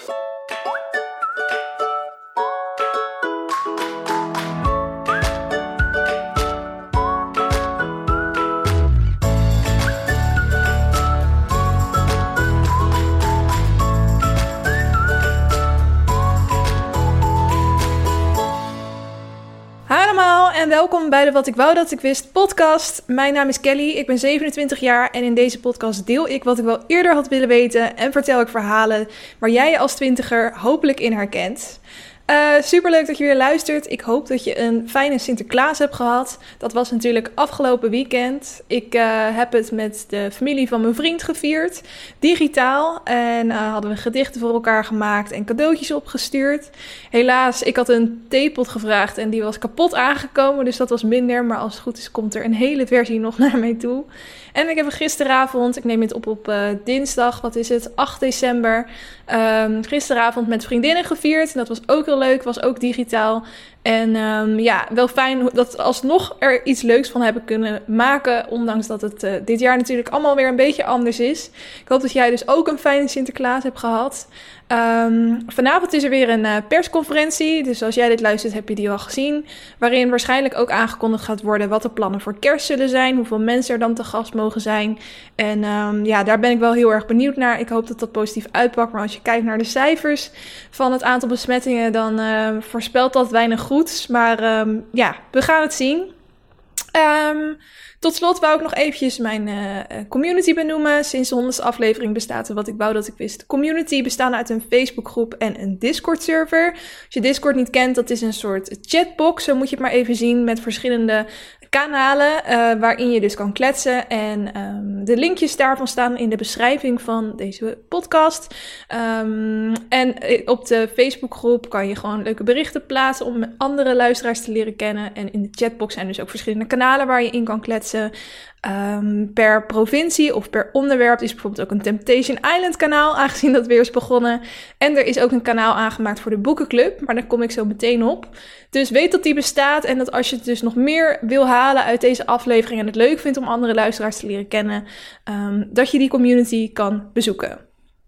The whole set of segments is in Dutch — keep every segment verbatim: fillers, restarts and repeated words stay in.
En welkom bij de Wat ik wou dat ik wist podcast. Mijn naam is Kelly, ik ben zevenentwintig jaar en in deze podcast deel ik wat ik wel eerder had willen weten en vertel ik verhalen waar jij je als twintiger hopelijk in herkent. Uh, superleuk dat je weer luistert. Ik hoop dat je een fijne Sinterklaas hebt gehad. Dat was natuurlijk afgelopen weekend. Ik uh, heb het met de familie van mijn vriend gevierd, digitaal. En uh, hadden we gedichten voor elkaar gemaakt en cadeautjes opgestuurd. Helaas, ik had een theepot gevraagd en die was kapot aangekomen, dus dat was minder. Maar als het goed is, komt er een hele versie nog naar mij toe. En ik heb gisteravond, ik neem dit op op uh, dinsdag, wat is het, acht december... Um, gisteravond met vriendinnen gevierd. En dat was ook heel leuk, was ook digitaal. En um, ja, wel fijn dat alsnog er iets leuks van hebben kunnen maken. Ondanks dat het uh, dit jaar natuurlijk allemaal weer een beetje anders is. Ik hoop dat jij dus ook een fijne Sinterklaas hebt gehad. Um, vanavond is er weer een uh, persconferentie. Dus als jij dit luistert, heb je die al gezien. Waarin waarschijnlijk ook aangekondigd gaat worden wat de plannen voor kerst zullen zijn. Hoeveel mensen er dan te gast mogen zijn. En um, ja, daar ben ik wel heel erg benieuwd naar. Ik hoop dat dat positief uitpakt. Maar als je kijkt naar de cijfers van het aantal besmettingen, dan uh, voorspelt dat weinig goeds. Maar um, ja, we gaan het zien. Um, tot slot wou ik nog eventjes mijn uh, community benoemen. Sinds de honderdste aflevering bestaat er Wat ik wou dat ik wist. De community bestaat uit een Facebookgroep en een Discord server. Als je Discord niet kent, dat is een soort chatbox. Zo moet je het maar even zien, met verschillende kanalen uh, waarin je dus kan kletsen. En um, de linkjes daarvan staan in de beschrijving van deze podcast. Um, en op de Facebookgroep kan je gewoon leuke berichten plaatsen om andere luisteraars te leren kennen. En in de chatbox zijn dus ook verschillende kanalen waar je in kan kletsen. Um, per provincie of per onderwerp is bijvoorbeeld ook een Temptation Island kanaal, aangezien dat weer is begonnen. En er is ook een kanaal aangemaakt voor de boekenclub, maar daar kom ik zo meteen op. Dus weet dat die bestaat en dat als je het dus nog meer wil halen uit deze aflevering en het leuk vindt om andere luisteraars te leren kennen, um, dat je die community kan bezoeken.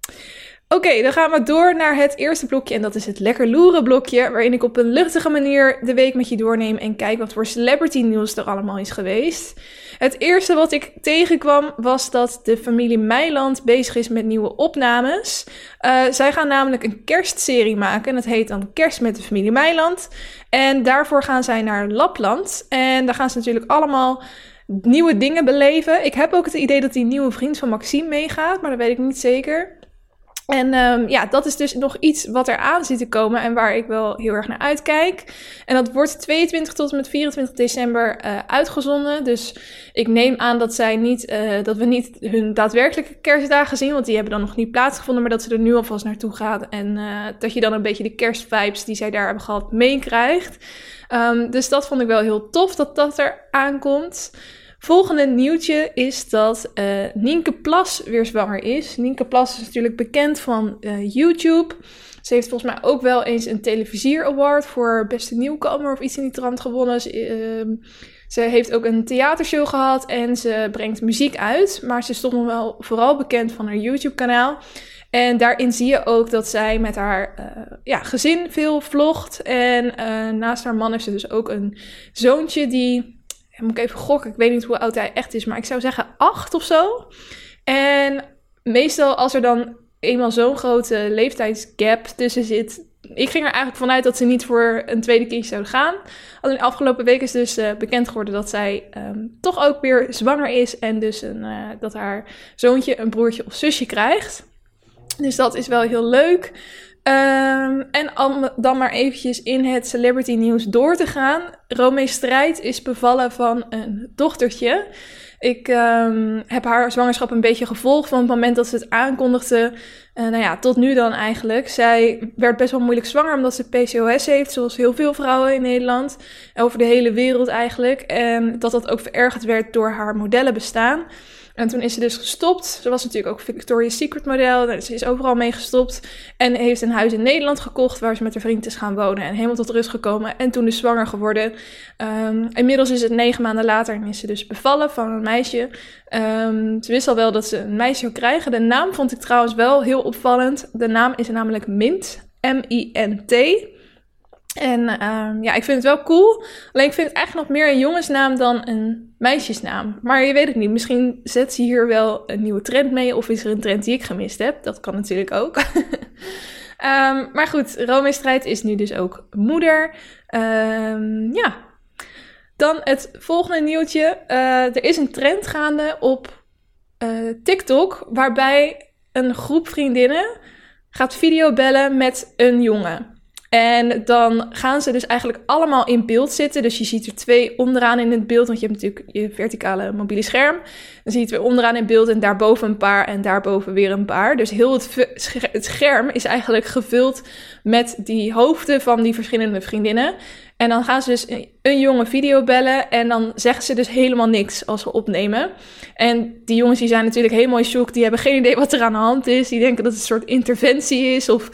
Oké, okay, dan gaan we door naar het eerste blokje en dat is het lekker loeren blokje, waarin ik op een luchtige manier de week met je doorneem en kijk wat voor celebrity nieuws er allemaal is geweest. Het eerste wat ik tegenkwam was dat de familie Meiland bezig is met nieuwe opnames. Uh, zij gaan namelijk een kerstserie maken en dat heet dan Kerst met de familie Meiland. En daarvoor gaan zij naar Lapland en daar gaan ze natuurlijk allemaal nieuwe dingen beleven. Ik heb ook het idee dat die nieuwe vriend van Maxime meegaat, maar dat weet ik niet zeker. En um, ja, dat is dus nog iets wat er aan zit te komen en waar ik wel heel erg naar uitkijk. En dat wordt tweeëntwintig tot en met vierentwintig december uh, uitgezonden. Dus ik neem aan dat zij niet, uh, dat we niet hun daadwerkelijke kerstdagen zien, want die hebben dan nog niet plaatsgevonden, maar dat ze er nu alvast naartoe gaat. En uh, dat je dan een beetje de kerstvibes die zij daar hebben gehad meekrijgt. Um, dus dat vond ik wel heel tof dat dat er aankomt. Volgende nieuwtje is dat uh, Nienke Plas weer zwanger is. Nienke Plas is natuurlijk bekend van uh, YouTube. Ze heeft volgens mij ook wel eens een Televisier Award voor beste nieuwkomer of iets in die trant gewonnen. Ze, uh, ze heeft ook een theatershow gehad en ze brengt muziek uit. Maar ze is toch nog wel vooral bekend van haar YouTube kanaal. En daarin zie je ook dat zij met haar uh, ja, gezin veel vlogt. En uh, naast haar man heeft ze dus ook een zoontje die, ja, moet ik even gokken, ik weet niet hoe oud hij echt is, maar ik zou zeggen acht of zo. En meestal als er dan eenmaal zo'n grote leeftijdsgap tussen zit, ik ging er eigenlijk vanuit dat ze niet voor een tweede kindje zouden gaan. Alleen afgelopen week is dus uh, bekend geworden dat zij um, toch ook weer zwanger is en dus een, uh, dat haar zoontje een broertje of zusje krijgt. Dus dat is wel heel leuk. Um, en om dan maar eventjes in het celebrity nieuws door te gaan. Romee Strijd is bevallen van een dochtertje. Ik um, heb haar zwangerschap een beetje gevolgd van het moment dat ze het aankondigde. Uh, nou ja, tot nu dan eigenlijk. Zij werd best wel moeilijk zwanger omdat ze P C O S heeft, zoals heel veel vrouwen in Nederland. Over de hele wereld eigenlijk. En dat dat ook verergerd werd door haar modellenbestaan. En toen is ze dus gestopt. Ze was natuurlijk ook Victoria's Secret model. Ze is overal mee gestopt. En heeft een huis in Nederland gekocht waar ze met haar vriend is gaan wonen. En helemaal tot rust gekomen. En toen dus zwanger geworden. Um, inmiddels is het negen maanden later en is ze dus bevallen van een meisje. Um, ze wist al wel dat ze een meisje zou krijgen. De naam vond ik trouwens wel heel opvallend. De naam is namelijk Mint. M I N T. En um, ja, ik vind het wel cool. Alleen ik vind het eigenlijk nog meer een jongensnaam dan een meisjesnaam. Maar je weet het niet. Misschien zet ze hier wel een nieuwe trend mee. Of is er een trend die ik gemist heb. Dat kan natuurlijk ook. um, maar goed, Rome Strijd is nu dus ook moeder. Um, ja. Dan het volgende nieuwtje. Uh, er is een trend gaande op uh, TikTok. Waarbij een groep vriendinnen gaat videobellen met een jongen. En dan gaan ze dus eigenlijk allemaal in beeld zitten. Dus je ziet er twee onderaan in het beeld. Want je hebt natuurlijk je verticale mobiele scherm. Dan zie je twee onderaan in beeld en daarboven een paar en daarboven weer een paar. Dus heel het, het scherm is eigenlijk gevuld met die hoofden van die verschillende vriendinnen. En dan gaan ze dus een jongen video bellen en dan zeggen ze dus helemaal niks als ze opnemen. En die jongens die zijn natuurlijk helemaal in shock. Die hebben geen idee wat er aan de hand is. Die denken dat het een soort interventie is of...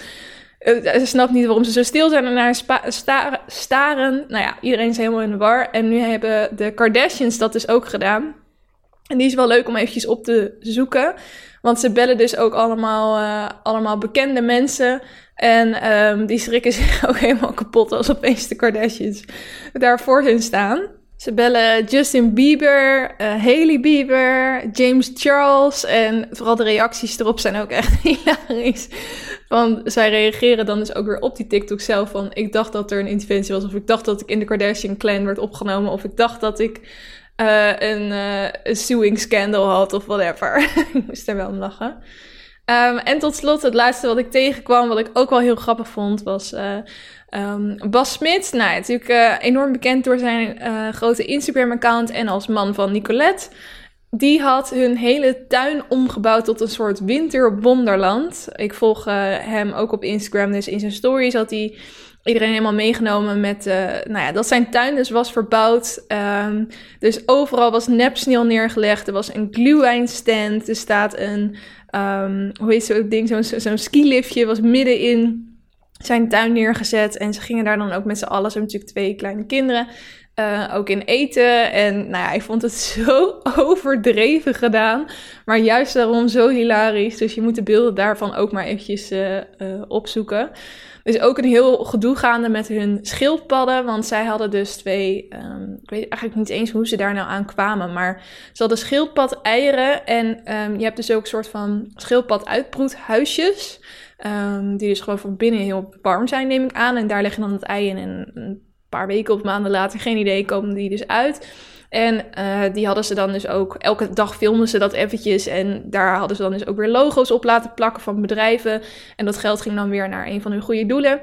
Ze snapt niet waarom ze zo stil zijn en naar spa- staren, staren. Nou ja, iedereen is helemaal in de war. En nu hebben de Kardashians dat dus ook gedaan. En die is wel leuk om eventjes op te zoeken. Want ze bellen dus ook allemaal, uh, allemaal bekende mensen. En um, die schrikken zich ook helemaal kapot als opeens de Kardashians daar voor hun staan. Ze bellen Justin Bieber, uh, Hailey Bieber, James Charles. En vooral de reacties erop zijn ook echt hilarisch. Want zij reageren dan dus ook weer op die TikTok zelf van... ik dacht dat er een interventie was, of ik dacht dat ik in de Kardashian clan werd opgenomen... of ik dacht dat ik uh, een, uh, een suing scandal had of whatever. Ik moest er wel om lachen. Um, en tot slot, het laatste wat ik tegenkwam, wat ik ook wel heel grappig vond, was... Uh, Um, Bas Smit, nou, natuurlijk uh, enorm bekend door zijn uh, grote Instagram-account en als man van Nicolette. Die had hun hele tuin omgebouwd tot een soort winterwonderland. Ik volg uh, hem ook op Instagram, dus in zijn stories had hij iedereen helemaal meegenomen met, uh, nou ja, dat zijn tuin dus was verbouwd. Um, dus overal was nepsneeuw neergelegd, er was een glühweinstand, er staat een, um, hoe heet zo'n ding, zo'n, zo'n skiliftje was midden in zijn tuin neergezet. En ze gingen daar dan ook met z'n allen, ze hebben natuurlijk twee kleine kinderen, uh, ook in eten. En nou ja, ik vond het zo overdreven gedaan, maar juist daarom zo hilarisch. Dus je moet de beelden daarvan ook maar eventjes uh, uh, opzoeken. Er is ook een heel gedoe gaande met hun schildpadden, want zij hadden dus twee, um, ik weet eigenlijk niet eens hoe ze daar nou aan kwamen, maar ze hadden schildpad-eieren en um, je hebt dus ook een soort van schildpad-uitbroedhuisjes, um, die dus gewoon van binnen heel warm zijn, neem ik aan. En daar leg je dan het ei in en een paar weken of maanden later, geen idee, komen die dus uit. En uh, die hadden ze dan dus ook, elke dag filmden ze dat eventjes en daar hadden ze dan dus ook weer logo's op laten plakken van bedrijven. En dat geld ging dan weer naar een van hun goede doelen.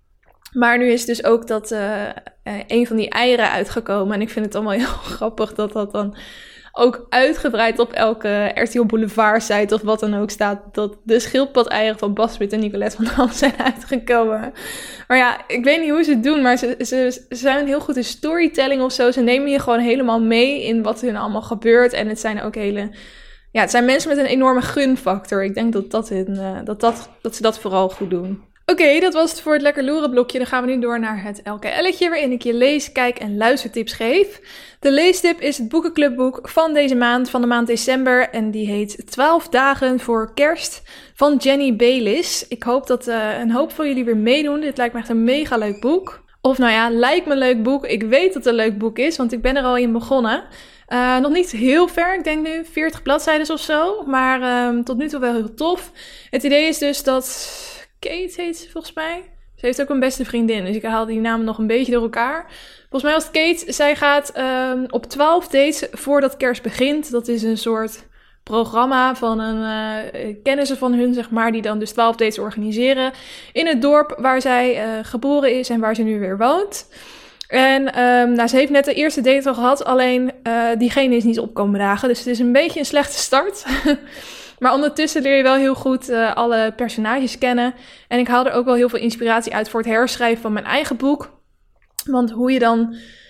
Maar nu is dus ook dat uh, uh, een van die eieren uitgekomen. En ik vind het allemaal heel grappig dat dat dan ook uitgebreid op elke R T L Boulevard site of wat dan ook staat, dat de schildpad-eieren van Bas Smit en Nicolette van Dam zijn uitgekomen. Maar ja, ik weet niet hoe ze het doen, maar ze, ze, ze zijn heel goed in storytelling of zo. Ze nemen je gewoon helemaal mee in wat er allemaal gebeurt. En het zijn ook hele... Ja, het zijn mensen met een enorme gunfactor. Ik denk dat, dat, in, uh, dat, dat, dat ze dat vooral goed doen. Oké, okay, dat was het voor het Lekker Loeren blokje. Dan gaan we nu door naar het L K L'tje, waarin ik je lees, kijk en luistertips geef. De leestip is het boekenclubboek van deze maand, van de maand december. En die heet twaalf dagen voor kerst van Jenny Bayliss. Ik hoop dat uh, een hoop van jullie weer meedoen. Dit lijkt me echt een mega leuk boek. Of nou ja, lijkt me een leuk boek. Ik weet dat het een leuk boek is, want ik ben er al in begonnen. Uh, nog niet heel ver, ik denk nu veertig bladzijden of zo. Maar um, tot nu toe wel heel tof. Het idee is dus dat... Kate heet ze volgens mij. Ze heeft ook een beste vriendin, dus ik haal die namen nog een beetje door elkaar. Volgens mij was het Kate. Zij gaat um, op twaalf dates voordat kerst begint. Dat is een soort programma van een uh, kennissen van hun, zeg maar, die dan dus twaalf dates organiseren in het dorp waar zij uh, geboren is en waar ze nu weer woont. En um, nou, ze heeft net de eerste date al gehad, alleen uh, diegene is niet opkomen dagen. Dus het is een beetje een slechte start. Maar ondertussen leer je wel heel goed uh, alle personages kennen. En ik haal er ook wel heel veel inspiratie uit voor het herschrijven van mijn eigen boek. Want hoe je dan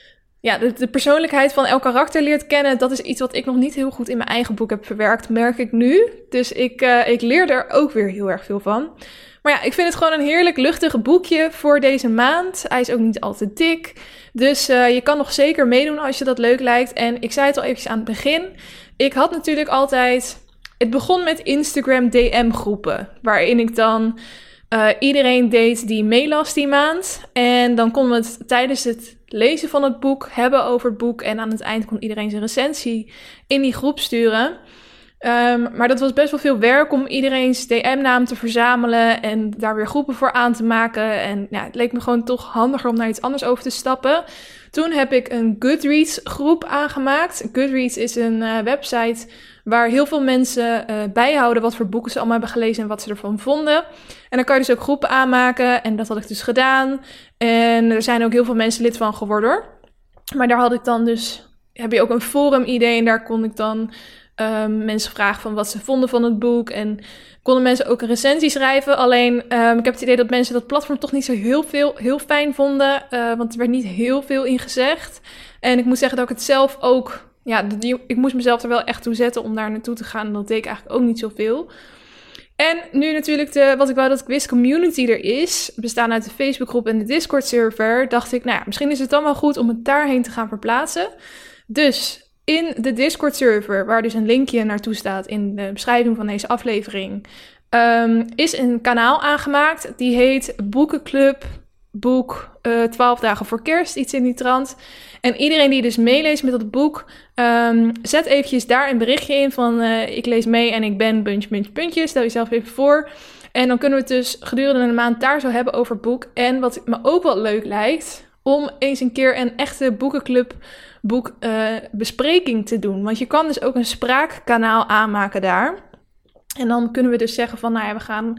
ja, de, de persoonlijkheid van elk karakter leert kennen. Dat is iets wat ik nog niet heel goed in mijn eigen boek heb verwerkt, merk ik nu. Dus ik, uh, ik leer er ook weer heel erg veel van. Maar ja, ik vind het gewoon een heerlijk luchtig boekje voor deze maand. Hij is ook niet al te dik. Dus uh, je kan nog zeker meedoen als je dat leuk lijkt. En ik zei het al eventjes aan het begin. Ik had natuurlijk altijd... Het begon met Instagram D M-groepen. Waarin ik dan uh, iedereen deed die meelas die maand. En dan konden we het tijdens het lezen van het boek hebben over het boek. En aan het eind kon iedereen zijn recensie in die groep sturen. Um, maar dat was best wel veel werk om iedereen's D M-naam te verzamelen en daar weer groepen voor aan te maken. En ja, het leek me gewoon toch handiger om naar iets anders over te stappen. Toen heb ik een Goodreads groep aangemaakt. Goodreads is een uh, website waar heel veel mensen uh, bijhouden wat voor boeken ze allemaal hebben gelezen en wat ze ervan vonden. En dan kan je dus ook groepen aanmaken en dat had ik dus gedaan. En er zijn ook heel veel mensen lid van geworden. Maar daar had ik dan dus, heb je ook een forum-idee en daar kon ik dan... Um, mensen vragen van wat ze vonden van het boek. En konden mensen ook een recensie schrijven. Alleen, um, ik heb het idee dat mensen dat platform toch niet zo heel veel, heel fijn vonden. Uh, want er werd niet heel veel in gezegd. En ik moet zeggen dat ik het zelf ook... Ja, die, ik moest mezelf er wel echt toe zetten om daar naartoe te gaan. En dat deed ik eigenlijk ook niet zoveel. En nu natuurlijk de, wat ik wou dat ik wist, community er is. Bestaan uit de Facebookgroep en de Discord server. Dacht ik, nou ja, misschien is het dan wel goed om het daarheen te gaan verplaatsen. Dus... In de Discord-server, waar dus een linkje naartoe staat in de beschrijving van deze aflevering, um, is een kanaal aangemaakt. Die heet Boekenclub Boek uh, twaalf dagen voor kerst, iets in die trant. En iedereen die dus meeleest met dat boek, um, zet eventjes daar een berichtje in van uh, ik lees mee en ik ben puntje, puntje, puntje. Stel jezelf even voor. En dan kunnen we het dus gedurende een maand daar zo hebben over het boek. En wat me ook wel leuk lijkt, om eens een keer een echte boekenclub boek uh, bespreking te doen. Want je kan dus ook een spraakkanaal aanmaken daar. En dan kunnen we dus zeggen van, nou ja, we gaan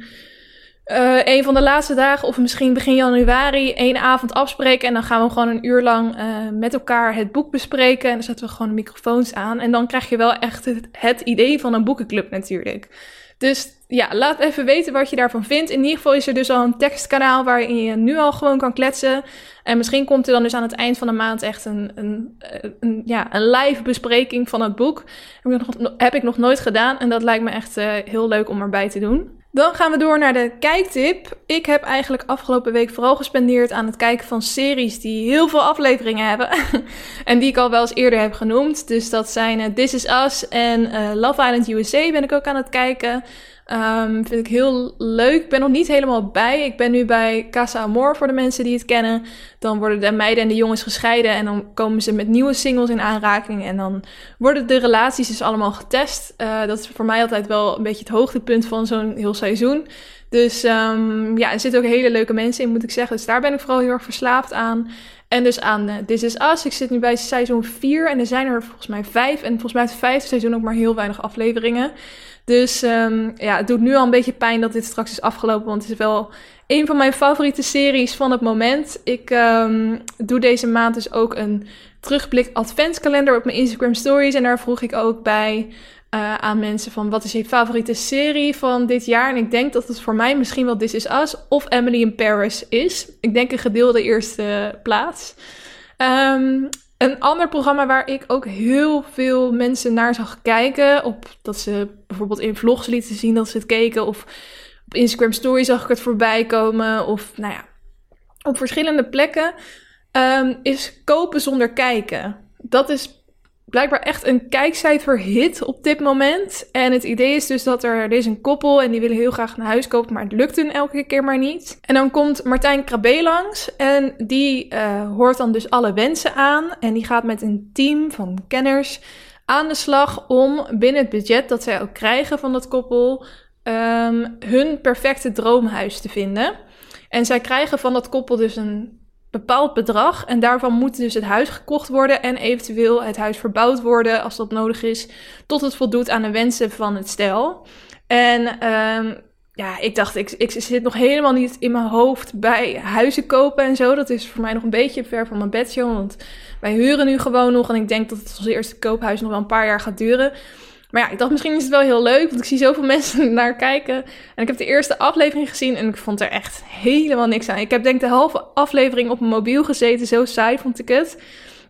uh, een van de laatste dagen of misschien begin januari één avond afspreken. En dan gaan we gewoon een uur lang uh, met elkaar het boek bespreken. En dan zetten we gewoon de microfoons aan. En dan krijg je wel echt het, het idee van een boekenclub natuurlijk. Dus ja, laat even weten wat je daarvan vindt. In ieder geval is er dus al een tekstkanaal waarin je nu al gewoon kan kletsen. En misschien komt er dan dus aan het eind van de maand echt een, een, een, ja, een live bespreking van het boek. Heb ik, nog, heb ik nog nooit gedaan en dat lijkt me echt uh, heel leuk om erbij te doen. Dan gaan we door naar de kijktip. Ik heb eigenlijk afgelopen week vooral gespendeerd aan het kijken van series die heel veel afleveringen hebben. En die ik al wel eens eerder heb genoemd. Dus dat zijn uh, This Is Us en uh, Love Island U S A ben ik ook aan het kijken. Um, vind ik heel leuk. Ik ben nog niet helemaal bij. Ik ben nu bij Casa Amor voor de mensen die het kennen. Dan worden de meiden en de jongens gescheiden en dan komen ze met nieuwe singles in aanraking. En dan worden de relaties dus allemaal getest. Uh, dat is voor mij altijd wel een beetje het hoogtepunt van zo'n heel seizoen. Dus um, ja, er zitten ook hele leuke mensen in, moet ik zeggen. Dus daar ben ik vooral heel erg verslaafd aan. En dus aan uh, This Is Us. Ik zit nu bij seizoen vier en er zijn er volgens mij vijf. En volgens mij het vijfde seizoen ook maar heel weinig afleveringen. Dus um, ja, het doet nu al een beetje pijn dat dit straks is afgelopen. Want het is wel een van mijn favoriete series van het moment. Ik um, doe deze maand dus ook een terugblik adventskalender op mijn Instagram stories. En daar vroeg ik ook bij uh, aan mensen van wat is je favoriete serie van dit jaar. En ik denk dat het voor mij misschien wel This Is Us of Emily in Paris is. Ik denk een gedeelde eerste plaats. Um, Een ander programma waar ik ook heel veel mensen naar zag kijken. Op dat ze bijvoorbeeld in vlogs lieten zien dat ze het keken. Of op Instagram Stories zag ik het voorbij komen. Of nou ja, op verschillende plekken. Um, is Kopen zonder kijken. Dat is blijkbaar echt een kijkcijferhit op dit moment. En het idee is dus dat er, er is een koppel en die willen heel graag een huis kopen, maar het lukt hun elke keer maar niet. En dan komt Martijn Krabbe langs en die uh, hoort dan dus alle wensen aan. En die gaat met een team van kenners aan de slag om binnen het budget dat zij ook krijgen van dat koppel um, hun perfecte droomhuis te vinden. En zij krijgen van dat koppel dus een bepaald bedrag en daarvan moet dus het huis gekocht worden en eventueel het huis verbouwd worden als dat nodig is, tot het voldoet aan de wensen van het stel. En um, ja, ik dacht, ik, ik zit nog helemaal niet in mijn hoofd bij huizen kopen en zo. Dat is voor mij nog een beetje ver van mijn bedshow, want wij huren nu gewoon nog en ik denk dat het als eerste koophuis nog wel een paar jaar gaat duren. Maar ja, ik dacht misschien is het wel heel leuk, want ik zie zoveel mensen naar kijken. En ik heb de eerste aflevering gezien en ik vond er echt helemaal niks aan. Ik heb denk de halve aflevering op mijn mobiel gezeten, zo saai vond ik het.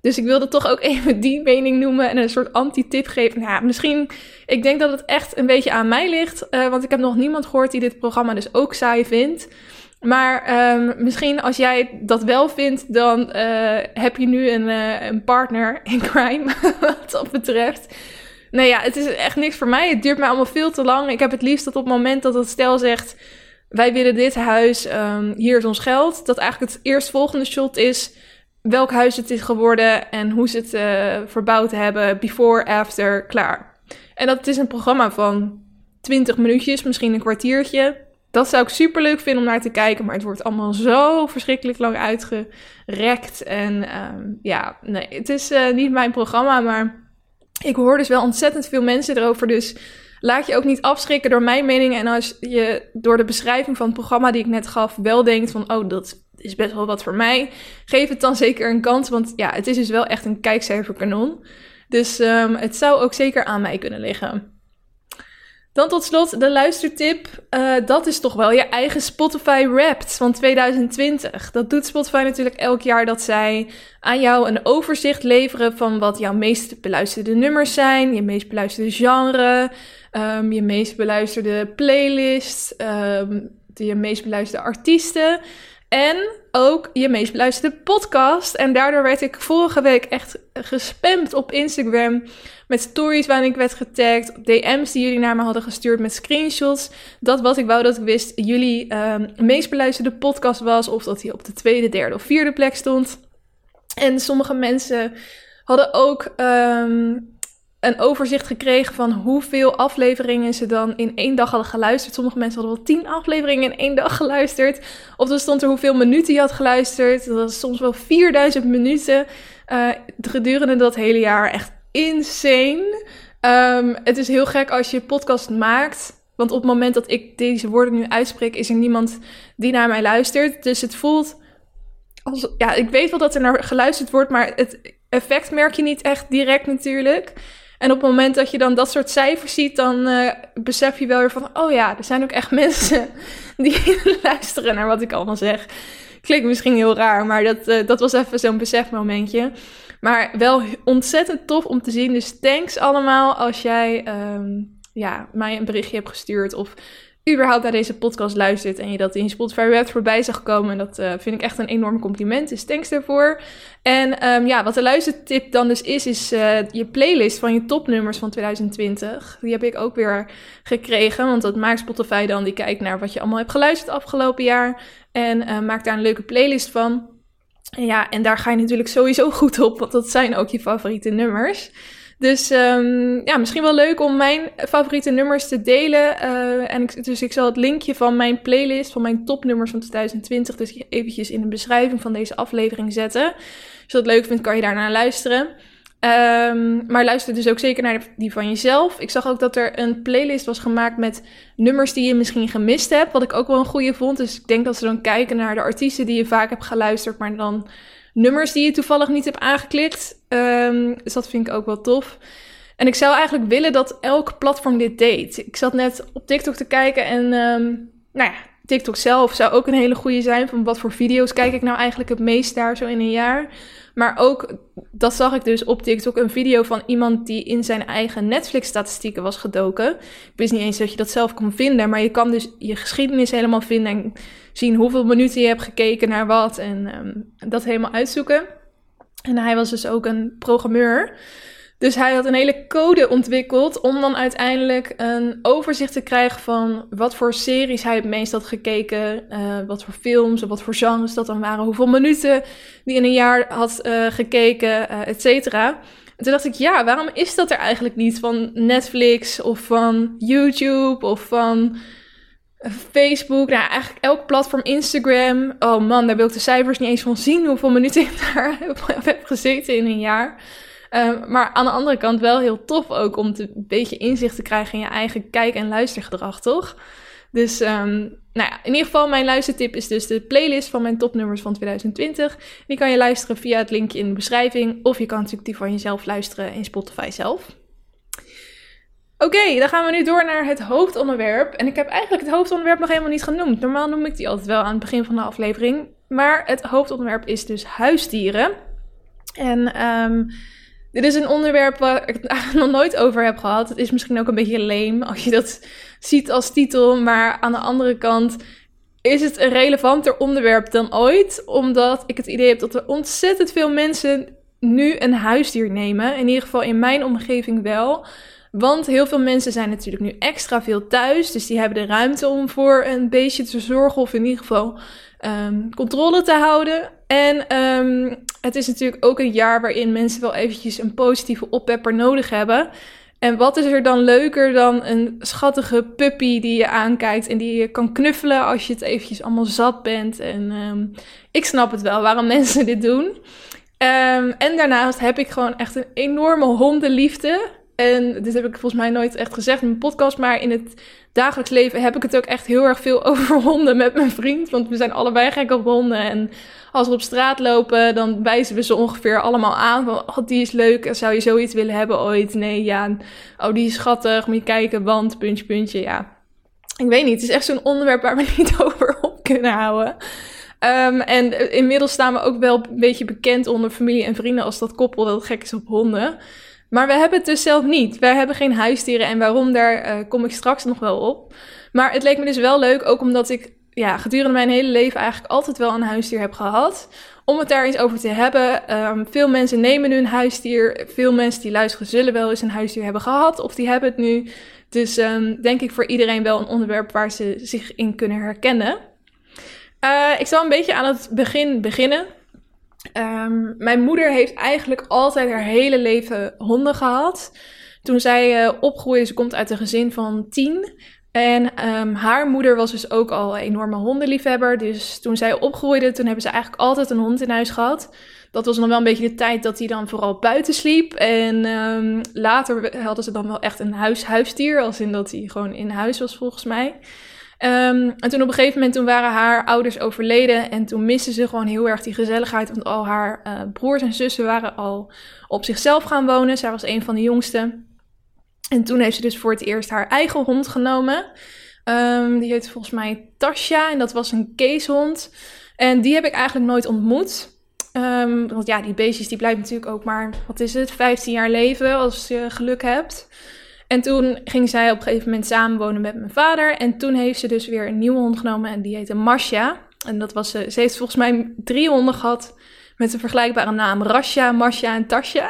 Dus ik wilde toch ook even die mening noemen en een soort anti-tip geven. Nou ja, misschien, ik denk dat het echt een beetje aan mij ligt. Uh, want ik heb nog niemand gehoord die dit programma dus ook saai vindt. Maar um, misschien als jij dat wel vindt, dan uh, heb je nu een, uh, een partner in crime, wat dat betreft. Nee ja, het is echt niks voor mij. Het duurt mij allemaal veel te lang. Ik heb het liefst dat op het moment dat het stel zegt, wij willen dit huis, um, hier is ons geld. Dat eigenlijk het eerstvolgende shot is welk huis het is geworden en hoe ze het uh, verbouwd hebben, before, after, klaar. En dat is een programma van twintig minuutjes, misschien een kwartiertje. Dat zou ik super leuk vinden om naar te kijken, maar het wordt allemaal zo verschrikkelijk lang uitgerekt. En um, ja, nee, het is uh, niet mijn programma, maar ik hoor dus wel ontzettend veel mensen erover. Dus laat je ook niet afschrikken door mijn mening. En als je door de beschrijving van het programma die ik net gaf wel denkt van, oh, dat is best wel wat voor mij, geef het dan zeker een kans. Want ja, het is dus wel echt een kijkcijferkanon. Dus um, het zou ook zeker aan mij kunnen liggen. Dan tot slot de luistertip. Uh, dat is toch wel je eigen Spotify Wrapped van twintig twintig. Dat doet Spotify natuurlijk elk jaar, dat zij aan jou een overzicht leveren van wat jouw meest beluisterde nummers zijn, je meest beluisterde genre, um, je meest beluisterde playlist, um, de, je meest beluisterde artiesten en ook je meest beluisterde podcast. En daardoor werd ik vorige week echt gespamd op Instagram met stories waarin ik werd getagd, D M's die jullie naar me hadden gestuurd met screenshots. Dat wat ik wou dat ik wist jullie um, meest beluisterde podcast was, of dat hij op de tweede, derde of vierde plek stond. En sommige mensen hadden ook um, een overzicht gekregen van hoeveel afleveringen ze dan in één dag hadden geluisterd. Sommige mensen hadden wel tien afleveringen in één dag geluisterd. Of dan stond er hoeveel minuten je had geluisterd. Dat was soms wel vierduizend minuten uh, gedurende dat hele jaar. Echt insane. Um, het is heel gek als je podcast maakt. Want op het moment dat ik deze woorden nu uitspreek, is er niemand die naar mij luistert. Dus het voelt als, ja, ik weet wel dat er naar geluisterd wordt, maar het effect merk je niet echt direct natuurlijk. En op het moment dat je dan dat soort cijfers ziet, dan uh, besef je wel weer van, oh ja, er zijn ook echt mensen die luisteren naar wat ik allemaal zeg. Klinkt misschien heel raar, maar dat, uh, dat was even zo'n besefmomentje. Maar wel ontzettend tof om te zien. Dus thanks allemaal als jij um, ja, mij een berichtje hebt gestuurd of überhaupt naar deze podcast luistert en je dat in je Spotify Wrapped voorbij zag komen. Dat uh, vind ik echt een enorm compliment, dus thanks daarvoor. En um, ja, wat de luistertip dan dus is, is uh, je playlist van je topnummers van twintig twintig. Die heb ik ook weer gekregen, want dat maakt Spotify dan, die kijkt naar wat je allemaal hebt geluisterd afgelopen jaar en uh, maakt daar een leuke playlist van. En ja, en daar ga je natuurlijk sowieso goed op, want dat zijn ook je favoriete nummers. Dus um, ja, misschien wel leuk om mijn favoriete nummers te delen. Uh, en ik, dus ik zal het linkje van mijn playlist, van mijn topnummers van twintig twintig, dus eventjes in de beschrijving van deze aflevering zetten. Als je dat leuk vindt, kan je daarnaar luisteren. Um, maar luister dus ook zeker naar die van jezelf. Ik zag ook dat er een playlist was gemaakt met nummers die je misschien gemist hebt, wat ik ook wel een goede vond. Dus ik denk dat ze dan kijken naar de artiesten die je vaak hebt geluisterd, maar dan nummers die je toevallig niet hebt aangeklikt. Um, dus dat vind ik ook wel tof. En ik zou eigenlijk willen dat elk platform dit deed. Ik zat net op TikTok te kijken en um, nou ja, TikTok zelf zou ook een hele goede zijn. Van wat voor video's kijk ik nou eigenlijk het meest daar zo in een jaar. Maar ook, dat zag ik dus op TikTok, een video van iemand die in zijn eigen Netflix-statistieken was gedoken. Ik wist niet eens dat je dat zelf kon vinden, maar je kan dus je geschiedenis helemaal vinden en zien hoeveel minuten je hebt gekeken naar wat en um, dat helemaal uitzoeken. En hij was dus ook een programmeur. Dus hij had een hele code ontwikkeld om dan uiteindelijk een overzicht te krijgen van wat voor series hij het meest had gekeken, uh, wat voor films en wat voor genres dat dan waren, hoeveel minuten die in een jaar had uh, gekeken, uh, et cetera. En toen dacht ik, ja, waarom is dat er eigenlijk niet van Netflix of van YouTube of van Facebook? Nou, eigenlijk elk platform, Instagram. Oh man, daar wil ik de cijfers niet eens van zien, hoeveel minuten ik daar heb gezeten in een jaar. Uh, maar aan de andere kant wel heel tof ook om te, een beetje inzicht te krijgen in je eigen kijk- en luistergedrag, toch? Dus um, nou ja, in ieder geval mijn luistertip is dus de playlist van mijn topnummers van twintig twintig. Die kan je luisteren via het linkje in de beschrijving. Of je kan natuurlijk die van jezelf luisteren in Spotify zelf. Oké, okay, dan gaan we nu door naar het hoofdonderwerp. En ik heb eigenlijk het hoofdonderwerp nog helemaal niet genoemd. Normaal noem ik die altijd wel aan het begin van de aflevering. Maar het hoofdonderwerp is dus huisdieren. En um, dit is een onderwerp waar ik het eigenlijk nog nooit over heb gehad. Het is misschien ook een beetje lame als je dat ziet als titel. Maar aan de andere kant is het een relevanter onderwerp dan ooit. Omdat ik het idee heb dat er ontzettend veel mensen nu een huisdier nemen. In ieder geval in mijn omgeving wel. Want heel veel mensen zijn natuurlijk nu extra veel thuis. Dus die hebben de ruimte om voor een beestje te zorgen. Of in ieder geval um, controle te houden. En um, het is natuurlijk ook een jaar waarin mensen wel eventjes een positieve oppepper nodig hebben. En wat is er dan leuker dan een schattige puppy die je aankijkt en die je kan knuffelen als je het eventjes allemaal zat bent. En um, ik snap het wel waarom mensen dit doen. Um, en daarnaast heb ik gewoon echt een enorme hondenliefde. En dit heb ik volgens mij nooit echt gezegd in mijn podcast, maar in het dagelijks leven heb ik het ook echt heel erg veel over honden met mijn vriend. Want we zijn allebei gek op honden. En als we op straat lopen, dan wijzen we ze ongeveer allemaal aan. Van, oh, die is leuk, zou je zoiets willen hebben ooit? Nee, ja. Oh, die is schattig, moet je kijken, want, puntje, puntje, ja. Ik weet niet, het is echt zo'n onderwerp waar we niet over op kunnen houden. Um, en inmiddels staan we ook wel een beetje bekend onder familie en vrienden als dat koppel dat gek is op honden. Maar we hebben het dus zelf niet. Wij hebben geen huisdieren en waarom, daar uh, kom ik straks nog wel op. Maar het leek me dus wel leuk, ook omdat ik ja, gedurende mijn hele leven eigenlijk altijd wel een huisdier heb gehad. Om het daar eens over te hebben. Um, veel mensen nemen nu een huisdier. Veel mensen die luisteren zullen wel eens een huisdier hebben gehad. Of die hebben het nu. Dus um, denk ik voor iedereen wel een onderwerp waar ze zich in kunnen herkennen. Uh, ik zal een beetje aan het begin beginnen. Um, mijn moeder heeft eigenlijk altijd haar hele leven honden gehad. Toen zij uh, opgroeide, ze komt uit een gezin van tien. En um, haar moeder was dus ook al een enorme hondenliefhebber. Dus toen zij opgroeide, toen hebben ze eigenlijk altijd een hond in huis gehad. Dat was nog wel een beetje de tijd dat hij dan vooral buiten sliep. En um, later hadden ze dan wel echt een huis-huisdier. Als in dat hij gewoon in huis was volgens mij. Um, en toen op een gegeven moment toen waren haar ouders overleden. En toen misten ze gewoon heel erg die gezelligheid. Want al haar uh, broers en zussen waren al op zichzelf gaan wonen. Zij was een van de jongsten. En toen heeft ze dus voor het eerst haar eigen hond genomen. Um, die heette volgens mij Tasja. En dat was een keeshond. En die heb ik eigenlijk nooit ontmoet. Um, want ja, die beestjes die blijven natuurlijk ook maar, wat is het, vijftien jaar leven als je geluk hebt. En toen ging zij op een gegeven moment samenwonen met mijn vader. En toen heeft ze dus weer een nieuwe hond genomen en die heette Masha. En dat was ze. Ze heeft volgens mij drie honden gehad met een vergelijkbare naam. Rasha, Masha en Tasha.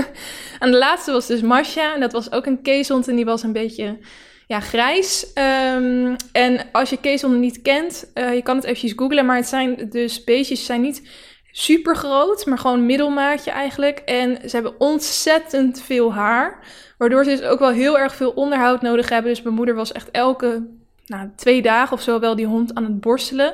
En de laatste was dus Masha. En dat was ook een keeshond en die was een beetje ja, grijs. Um, en als je keeshonden niet kent, uh, je kan het eventjes googlen. Maar het zijn dus beestjes, zijn niet super groot, maar gewoon middelmaatje eigenlijk. En ze hebben ontzettend veel haar. Waardoor ze dus ook wel heel erg veel onderhoud nodig hebben. Dus mijn moeder was echt elke nou, twee dagen of zo wel die hond aan het borstelen.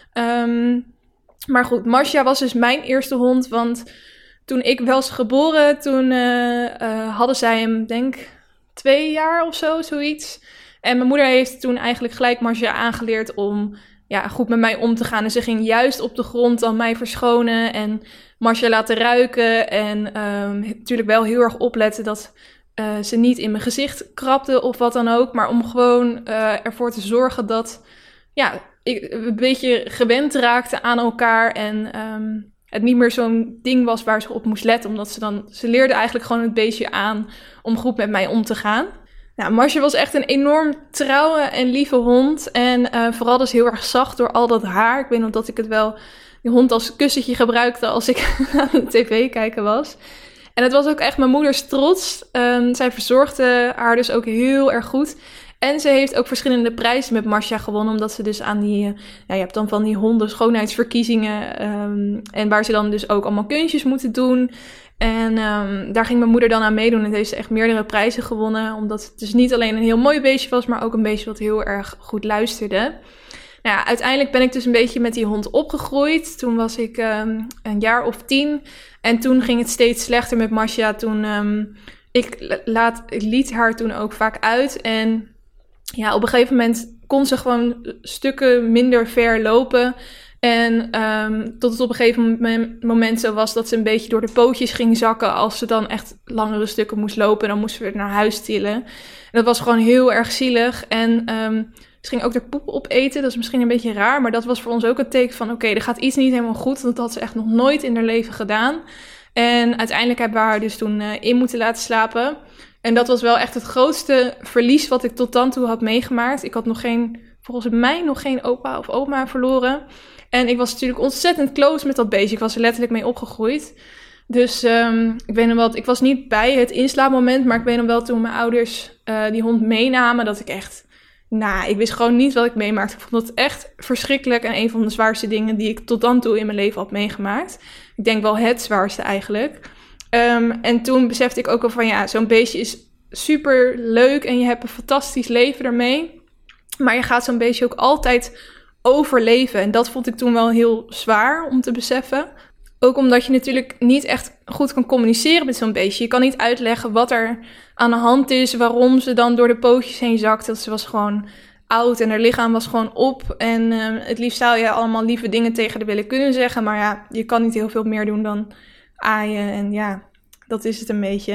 Um, maar goed, Masha was dus mijn eerste hond. Want toen ik was geboren, toen uh, uh, hadden zij hem, denk twee jaar of zo, zoiets. En mijn moeder heeft toen eigenlijk gelijk Masha aangeleerd om ja, goed met mij om te gaan. En ze ging juist op de grond dan mij verschonen en Masha laten ruiken. En um, natuurlijk wel heel erg opletten dat uh, ze niet in mijn gezicht krabde of wat dan ook. Maar om gewoon uh, ervoor te zorgen dat ja, ik een beetje gewend raakte aan elkaar. En um, het niet meer zo'n ding was waar ze op moest letten. Omdat ze dan, ze leerde eigenlijk gewoon het beestje aan om goed met mij om te gaan. Nou, Masha was echt een enorm trouwe en lieve hond. En uh, vooral dus heel erg zacht door al dat haar. Ik weet nog dat ik het wel, die hond als kussentje gebruikte als ik aan de tv kijken was. En het was ook echt mijn moeders trots. Um, zij verzorgde haar dus ook heel erg goed. En ze heeft ook verschillende prijzen met Masha gewonnen. Omdat ze dus aan die, ja, je hebt dan van die honden schoonheidsverkiezingen. Um, en waar ze dan dus ook allemaal kunstjes moeten doen. En um, daar ging mijn moeder dan aan meedoen en heeft ze echt meerdere prijzen gewonnen. Omdat het dus niet alleen een heel mooi beestje was, maar ook een beestje wat heel erg goed luisterde. Nou ja, uiteindelijk ben ik dus een beetje met die hond opgegroeid. Toen was ik um, een jaar of tien. En toen ging het steeds slechter met Masha. Toen um, ik, laat, ik liet haar toen ook vaak uit. En ja, op een gegeven moment kon ze gewoon stukken minder ver lopen. En um, tot het op een gegeven moment zo was dat ze een beetje door de pootjes ging zakken. Als ze dan echt langere stukken moest lopen, dan moesten we het naar huis tillen. En dat was gewoon heel erg zielig. En um, ze ging ook de poep opeten. Dat is misschien een beetje raar, maar dat was voor ons ook een teken van oké, okay, er gaat iets niet helemaal goed. Dat had ze echt nog nooit in haar leven gedaan. En uiteindelijk hebben we haar dus toen uh, in moeten laten slapen. En dat was wel echt het grootste verlies wat ik tot dan toe had meegemaakt. Ik had nog geen, volgens mij nog geen opa of oma verloren. En ik was natuurlijk ontzettend close met dat beestje. Ik was er letterlijk mee opgegroeid. Dus um, ik weet nog wel, ik was niet bij het inslaapmoment, maar ik weet nog wel toen mijn ouders uh, die hond meenamen, dat ik echt, nou, ik wist gewoon niet wat ik meemaakte. Ik vond het echt verschrikkelijk en een van de zwaarste dingen die ik tot dan toe in mijn leven had meegemaakt. Ik denk wel het zwaarste eigenlijk. Um, en toen besefte ik ook al van, ja, zo'n beestje is super leuk en je hebt een fantastisch leven ermee. Maar je gaat zo'n beestje ook altijd overleven. En dat vond ik toen wel heel zwaar om te beseffen. Ook omdat je natuurlijk niet echt goed kan communiceren met zo'n beestje. Je kan niet uitleggen wat er aan de hand is, waarom ze dan door de pootjes heen zakt. Dat ze was gewoon oud en haar lichaam was gewoon op. En uh, het liefst zou je allemaal lieve dingen tegen haar willen kunnen zeggen. Maar ja, je kan niet heel veel meer doen dan aaien. En ja, dat is het een beetje.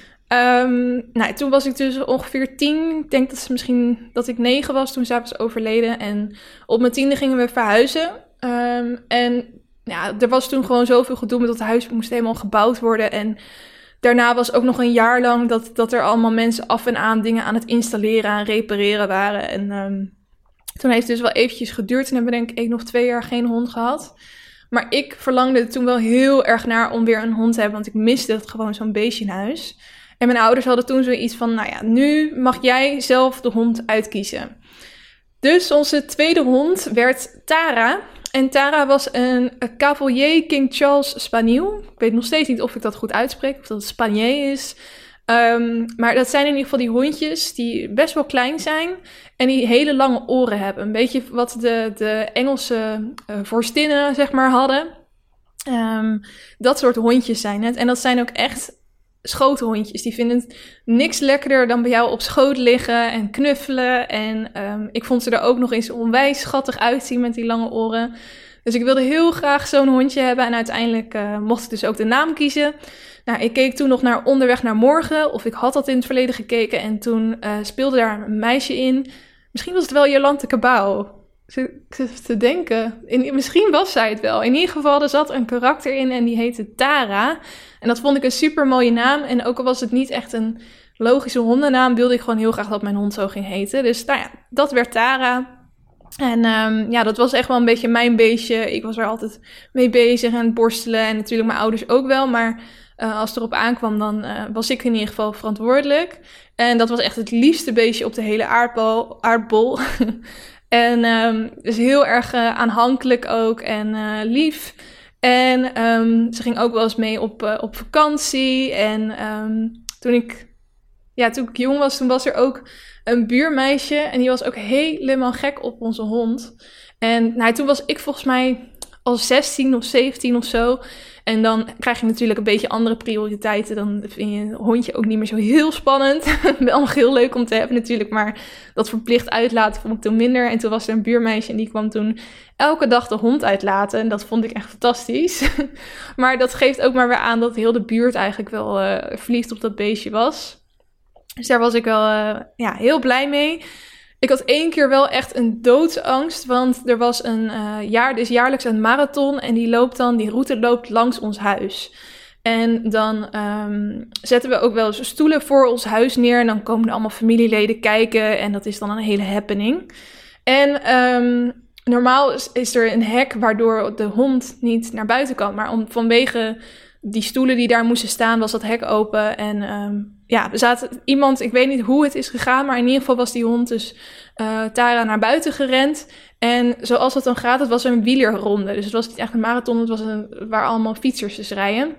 Um, nou, toen was ik dus ongeveer tien. Ik denk dat ze misschien dat ik negen was toen zij was overleden. En op mijn tiende gingen we verhuizen. Um, en ja, er was toen gewoon zoveel gedoe met dat huis moest helemaal gebouwd worden. En daarna was ook nog een jaar lang dat, dat er allemaal mensen af en aan dingen aan het installeren en repareren waren. En um, toen heeft het dus wel eventjes geduurd. En hebben we denk ik nog twee jaar geen hond gehad. Maar ik verlangde er toen wel heel erg naar om weer een hond te hebben. Want ik miste het gewoon zo'n beestje in huis. En mijn ouders hadden toen zoiets van, nou ja, nu mag jij zelf de hond uitkiezen. Dus onze tweede hond werd Tara. En Tara was een, een Cavalier King Charles Spaniel. Ik weet nog steeds niet of ik dat goed uitspreek, of dat het Spanier is. Um, maar dat zijn in ieder geval die hondjes die best wel klein zijn en die hele lange oren hebben. Een beetje wat de, de Engelse uh, vorstinnen, zeg maar, hadden. Um, dat soort hondjes zijn het. En dat zijn ook echt schoothondjes. Die vinden het niks lekkerder dan bij jou op schoot liggen en knuffelen. En um, ik vond ze er ook nog eens onwijs schattig uitzien met die lange oren. Dus ik wilde heel graag zo'n hondje hebben. En uiteindelijk uh, mocht ik dus ook de naam kiezen. Nou, ik keek toen nog naar Onderweg naar Morgen. Of ik had dat in het verleden gekeken. En toen uh, speelde daar een meisje in. Misschien was het wel Jolante Cabau. Ik zit te denken. In, misschien was zij het wel. In ieder geval, er zat een karakter in en die heette Tara. En dat vond ik een super mooie naam. En ook al was het niet echt een logische hondennaam, wilde ik gewoon heel graag dat mijn hond zo ging heten. Dus nou ja, dat werd Tara. En um, ja, dat was echt wel een beetje mijn beestje. Ik was er altijd mee bezig en borstelen. En natuurlijk mijn ouders ook wel. Maar uh, als het erop aankwam, dan uh, was ik in ieder geval verantwoordelijk. En dat was echt het liefste beestje op de hele aardbol. aardbol. En um, dus heel erg uh, aanhankelijk ook en uh, lief. En um, ze ging ook wel eens mee op, uh, op vakantie. En um, toen, ik, ja, toen ik jong was, toen was er ook een buurmeisje. En die was ook helemaal gek op onze hond. En nou, toen was ik volgens mij al zestien of zeventien of zo. En dan krijg je natuurlijk een beetje andere prioriteiten. Dan vind je een hondje ook niet meer zo heel spannend. Wel nog heel leuk om te hebben natuurlijk. Maar dat verplicht uitlaten vond ik toen minder. En toen was er een buurmeisje en die kwam toen elke dag de hond uitlaten. En dat vond ik echt fantastisch. Maar dat geeft ook maar weer aan dat heel de buurt eigenlijk wel uh, verliefd op dat beestje was. Dus daar was ik wel uh, ja, heel blij mee. Ik had één keer wel echt een doodsangst, want er was een uh, jaar, dus jaarlijks een marathon en die loopt dan, die route loopt langs ons huis. En dan um, zetten we ook wel eens stoelen voor ons huis neer en dan komen er allemaal familieleden kijken en dat is dan een hele happening. En um, normaal is, is er een hek waardoor de hond niet naar buiten kan, maar om, vanwege die stoelen die daar moesten staan was dat hek open en um, ja, er zat iemand, ik weet niet hoe het is gegaan, maar in ieder geval was die hond dus uh, Tara naar buiten gerend. En zoals het dan gaat, het was een wielerronde. Dus het was niet echt een marathon, het was een, waar allemaal fietsers dus rijden.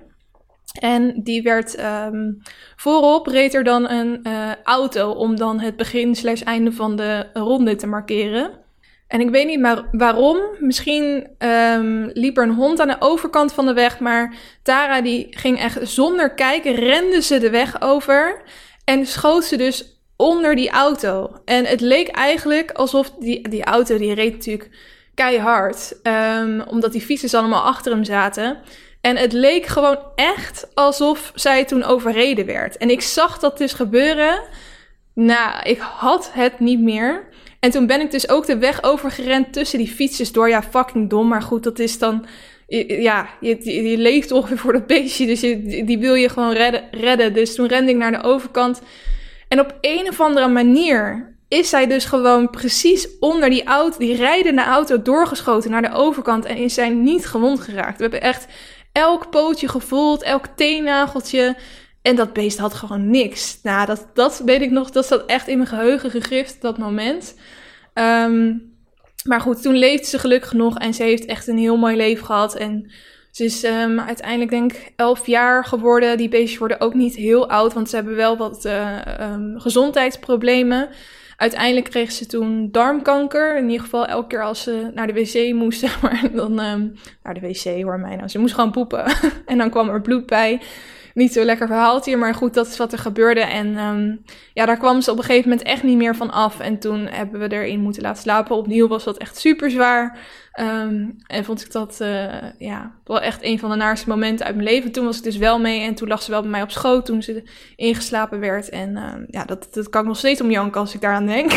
En die werd, um, voorop reed er dan een uh, auto om dan het begin slash einde van de ronde te markeren. En ik weet niet maar waarom. Misschien um, liep er een hond aan de overkant van de weg. Maar Tara die ging echt zonder kijken, rende ze de weg over. En schoot ze dus onder die auto. En het leek eigenlijk alsof die, die auto, die reed natuurlijk keihard. Um, omdat die fietsers allemaal achter hem zaten. En het leek gewoon echt alsof zij toen overreden werd. En ik zag dat dus gebeuren. Nou, ik had het niet meer. En toen ben ik dus ook de weg overgerend tussen die fietsjes door. Ja, fucking dom, maar goed, dat is dan... Ja, je, je, je leeft ongeveer voor dat beestje, dus je, die wil je gewoon redden, redden. Dus toen rende ik naar de overkant. En op een of andere manier is zij dus gewoon precies onder die auto, die rijdende auto doorgeschoten naar de overkant. En is zij niet gewond geraakt. We hebben echt elk pootje gevoeld, elk teennageltje. En dat beest had gewoon niks. Nou, dat, dat weet ik nog, dat zat echt in mijn geheugen gegrift, dat moment. Um, maar goed, toen leefde ze gelukkig nog en ze heeft echt een heel mooi leven gehad. En ze is um, uiteindelijk denk ik elf jaar geworden. Die beestjes worden ook niet heel oud, want ze hebben wel wat uh, um, gezondheidsproblemen. Uiteindelijk kreeg ze toen darmkanker. In ieder geval elke keer als ze naar de wc moest, zeg maar, dan... Um, naar de wc, hoor mij nou. Ze moest gewoon poepen. En dan kwam er bloed bij. Niet zo lekker verhaaltje, maar goed, dat is wat er gebeurde. En um, ja, daar kwam ze op een gegeven moment echt niet meer van af. En toen hebben we erin moeten laten slapen. Opnieuw was dat echt super zwaar. Um, en vond ik dat uh, ja, wel echt een van de naarste momenten uit mijn leven. Toen was ik dus wel mee en toen lag ze wel bij mij op schoot toen ze ingeslapen werd. En um, ja, dat, dat kan ik nog steeds om janken als ik daaraan denk.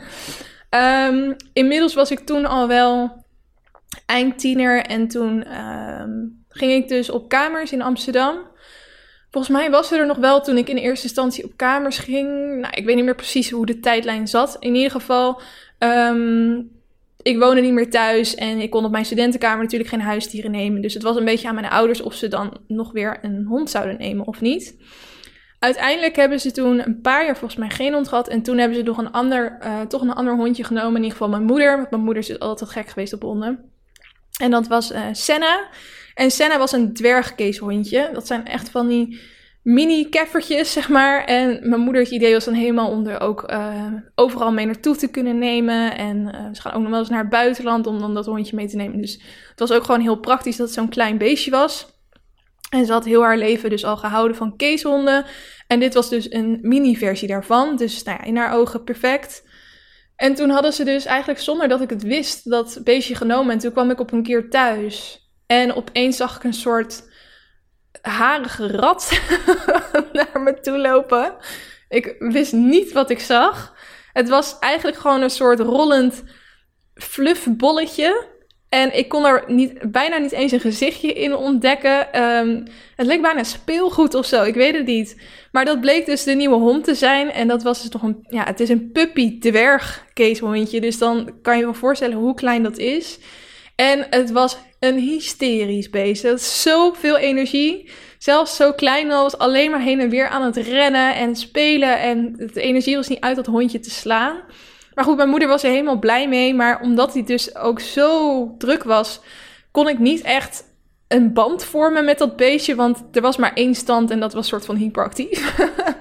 um, inmiddels was ik toen al wel eindtiener en toen um, ging ik dus op kamers in Amsterdam. Volgens mij was ze er nog wel toen ik in eerste instantie op kamers ging. Nou, ik weet niet meer precies hoe de tijdlijn zat. In ieder geval, um, ik woonde niet meer thuis en ik kon op mijn studentenkamer natuurlijk geen huisdieren nemen. Dus het was een beetje aan mijn ouders of ze dan nog weer een hond zouden nemen of niet. Uiteindelijk hebben ze toen een paar jaar volgens mij geen hond gehad. En toen hebben ze nog een ander, uh, toch een ander hondje genomen. In ieder geval mijn moeder, want mijn moeder is altijd gek geweest op honden. En dat was uh, Senna. En Senna was een dwergkeeshondje. Dat zijn echt van die mini-keffertjes, zeg maar. En mijn moeders idee was dan helemaal om er ook uh, overal mee naartoe te kunnen nemen. En uh, ze gaan ook nog wel eens naar het buitenland om dan dat hondje mee te nemen. Dus het was ook gewoon heel praktisch dat het zo'n klein beestje was. En ze had heel haar leven dus al gehouden van keeshonden. En dit was dus een mini-versie daarvan. Dus nou ja, in haar ogen perfect. En toen hadden ze dus eigenlijk zonder dat ik het wist dat beestje genomen. En toen kwam ik op een keer thuis. En opeens zag ik een soort harige rat naar me toe lopen. Ik wist niet wat ik zag. Het was eigenlijk gewoon een soort rollend fluffbolletje. En ik kon er niet, bijna niet eens een gezichtje in ontdekken. Um, het leek bijna speelgoed of zo, ik weet het niet. Maar dat bleek dus de nieuwe hond te zijn. En dat was dus nog een, ja, het is een puppy dwergkeeshondje. Dus dan kan je je wel voorstellen hoe klein dat is. En het was een hysterisch beest. Het had zoveel energie. Zelfs zo klein al was alleen maar heen en weer aan het rennen en spelen. En de energie was niet uit dat hondje te slaan. Maar goed, mijn moeder was er helemaal blij mee. Maar omdat hij dus ook zo druk was, kon ik niet echt een band vormen met dat beestje. Want er was maar één stand en dat was een soort van hyperactief.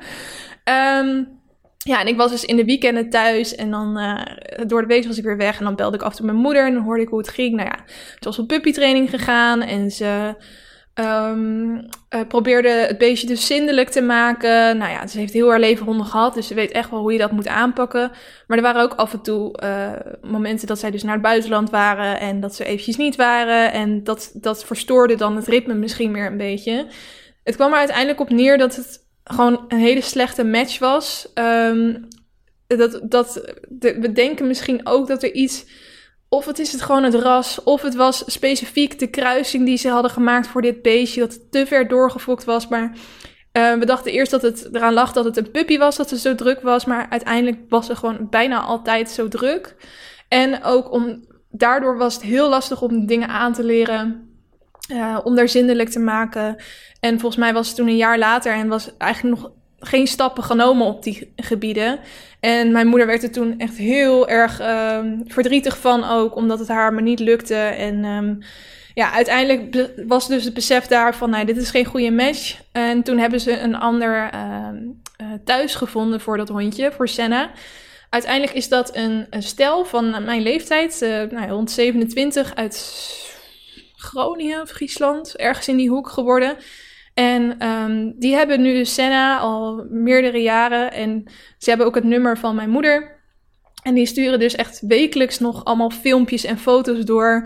um, Ja, en ik was dus in de weekenden thuis en dan uh, door de week was ik weer weg. En dan belde ik af en toe mijn moeder en dan hoorde ik hoe het ging. Nou ja, ze was op puppytraining gegaan en ze um, uh, probeerde het beestje dus zindelijk te maken. Nou ja, ze heeft heel haar leven honden gehad, dus ze weet echt wel hoe je dat moet aanpakken. Maar er waren ook af en toe uh, momenten dat zij dus naar het buitenland waren en dat ze eventjes niet waren. En dat, dat verstoorde dan het ritme misschien meer een beetje. Het kwam er uiteindelijk op neer dat het gewoon een hele slechte match was. Um, dat, dat, de, we denken misschien ook dat er iets... Of het is het gewoon het ras, of het was specifiek de kruising die ze hadden gemaakt voor dit beestje, dat het te ver doorgefokt was. Maar uh, we dachten eerst dat het eraan lag dat het een puppy was, dat ze zo druk was. Maar uiteindelijk was ze gewoon bijna altijd zo druk. En ook om, daardoor was het heel lastig om dingen aan te leren... Uh, om daar zindelijk te maken. En volgens mij was het toen een jaar later en was eigenlijk nog geen stappen genomen op die gebieden. En mijn moeder werd er toen echt heel erg uh, verdrietig van ook, omdat het haar maar niet lukte. En um, ja, uiteindelijk be- was dus het besef daar van, nee, dit is geen goede match. En toen hebben ze een ander uh, uh, thuis gevonden voor dat hondje, voor Senna. Uiteindelijk is dat een, een stel van mijn leeftijd, uh, nou, rond zevenentwintig, uit Groningen of Friesland, ergens in die hoek geworden. En um, die hebben nu Senna al meerdere jaren. En ze hebben ook het nummer van mijn moeder. En die sturen dus echt wekelijks nog allemaal filmpjes en foto's door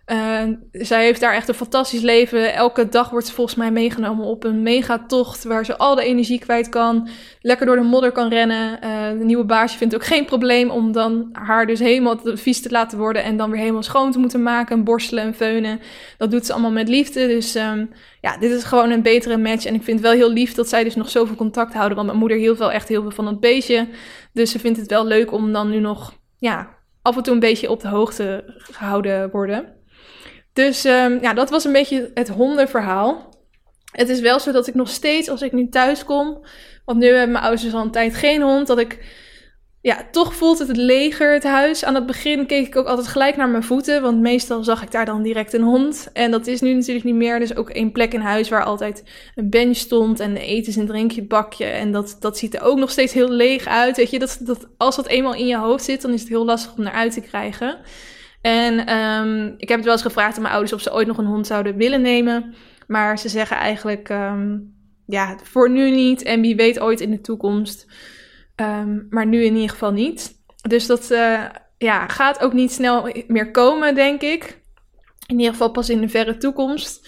Uh, zij heeft daar echt een fantastisch leven. Elke dag wordt ze volgens mij meegenomen op een megatocht waar ze al de energie kwijt kan. Lekker door de modder kan rennen. Uh, de nieuwe baasje vindt ook geen probleem om dan haar dus helemaal vies te laten worden en dan weer helemaal schoon te moeten maken en borstelen en veunen. Dat doet ze allemaal met liefde. Dus um, ja, dit is gewoon een betere match. En ik vind het wel heel lief dat zij dus nog zoveel contact houden. Want mijn moeder hield wel echt heel veel van dat beestje. Dus ze vindt het wel leuk om dan nu nog ja, af en toe een beetje op de hoogte gehouden worden. Dus um, ja, dat was een beetje het hondenverhaal. Het is wel zo dat ik nog steeds, als ik nu thuis kom, want nu hebben mijn ouders dus al een tijd geen hond, dat ik, ja, toch voelt het het leger, het huis. Aan het begin keek ik ook altijd gelijk naar mijn voeten, want meestal zag ik daar dan direct een hond. En dat is nu natuurlijk niet meer. Dus ook één plek in huis waar altijd een bench stond en een etens- en drinkjebakje. En dat, dat ziet er ook nog steeds heel leeg uit, weet je. Dat, dat, als dat eenmaal in je hoofd zit, dan is het heel lastig om eruit te krijgen. En um, ik heb het wel eens gevraagd aan mijn ouders of ze ooit nog een hond zouden willen nemen. Maar ze zeggen eigenlijk, um, ja, voor nu niet. En wie weet ooit in de toekomst. Um, maar nu in ieder geval niet. Dus dat uh, ja, gaat ook niet snel meer komen, denk ik. In ieder geval pas in de verre toekomst.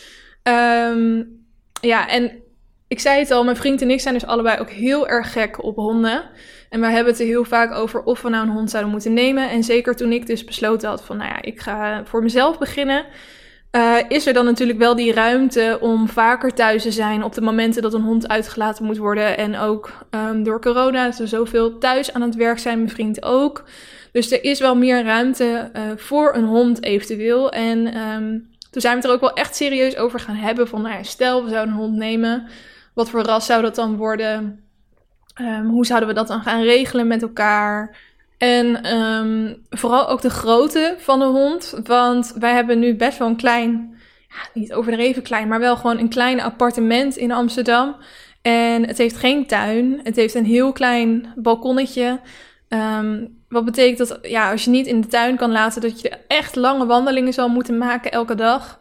Um, ja, en ik zei het al, mijn vriend en ik zijn dus allebei ook heel erg gek op honden. En wij hebben het er heel vaak over of we nou een hond zouden moeten nemen. En zeker toen ik dus besloten had van, nou ja, ik ga voor mezelf beginnen. Uh, is er dan natuurlijk wel die ruimte om vaker thuis te zijn op de momenten dat een hond uitgelaten moet worden. En ook um, door corona, dat we zoveel thuis aan het werk zijn, mijn vriend ook. Dus er is wel meer ruimte uh, voor een hond eventueel. En um, toen zijn we het er ook wel echt serieus over gaan hebben van, nou ja, stel we zouden een hond nemen. Wat voor ras zou dat dan worden? Um, hoe zouden we dat dan gaan regelen met elkaar? En um, vooral ook de grootte van de hond. Want wij hebben nu best wel een klein, ja, niet overdreven klein, maar wel gewoon een klein appartement in Amsterdam. En het heeft geen tuin. Het heeft een heel klein balkonnetje. Um, wat betekent dat, ja, als je niet in de tuin kan laten, dat je echt lange wandelingen zal moeten maken elke dag.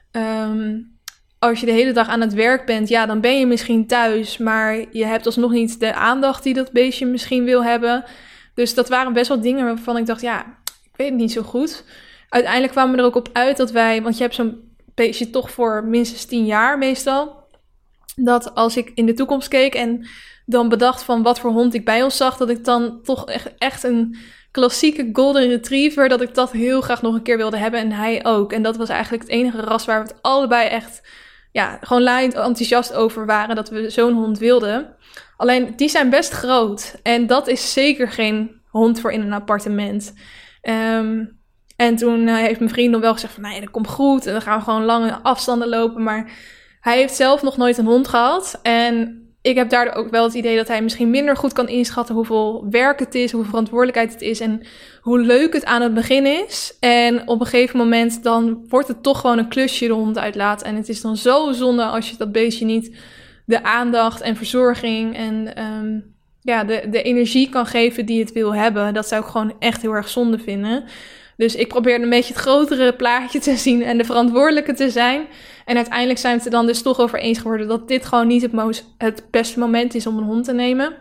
Um, Als je de hele dag aan het werk bent, ja, dan ben je misschien thuis, maar je hebt alsnog niet de aandacht die dat beestje misschien wil hebben. Dus dat waren best wel dingen waarvan ik dacht, ja, ik weet het niet zo goed. Uiteindelijk kwamen we er ook op uit dat wij, want je hebt zo'n beestje toch voor minstens tien jaar meestal, dat als ik in de toekomst keek en dan bedacht van wat voor hond ik bij ons zag, dat ik dan toch echt, echt een klassieke golden retriever, dat ik dat heel graag nog een keer wilde hebben en hij ook. En dat was eigenlijk het enige ras waar we het allebei echt, ja, gewoon laaiend enthousiast over waren dat we zo'n hond wilden. Alleen, die zijn best groot. En dat is zeker geen hond voor in een appartement. Um, en toen uh, heeft mijn vriend nog wel gezegd van, nee, dat komt goed. En dan gaan we gewoon lange afstanden lopen. Maar hij heeft zelf nog nooit een hond gehad. En ik heb daardoor ook wel het idee dat hij misschien minder goed kan inschatten hoeveel werk het is, hoeveel verantwoordelijkheid het is en hoe leuk het aan het begin is. En op een gegeven moment dan wordt het toch gewoon een klusje de hond uitlaat. En het is dan zo zonde als je dat beestje niet de aandacht en verzorging en um, ja, de, de energie kan geven die het wil hebben. Dat zou ik gewoon echt heel erg zonde vinden. Dus ik probeer een beetje het grotere plaatje te zien en de verantwoordelijke te zijn. En uiteindelijk zijn we het er dan dus toch over eens geworden dat dit gewoon niet het, most, het beste moment is om een hond te nemen.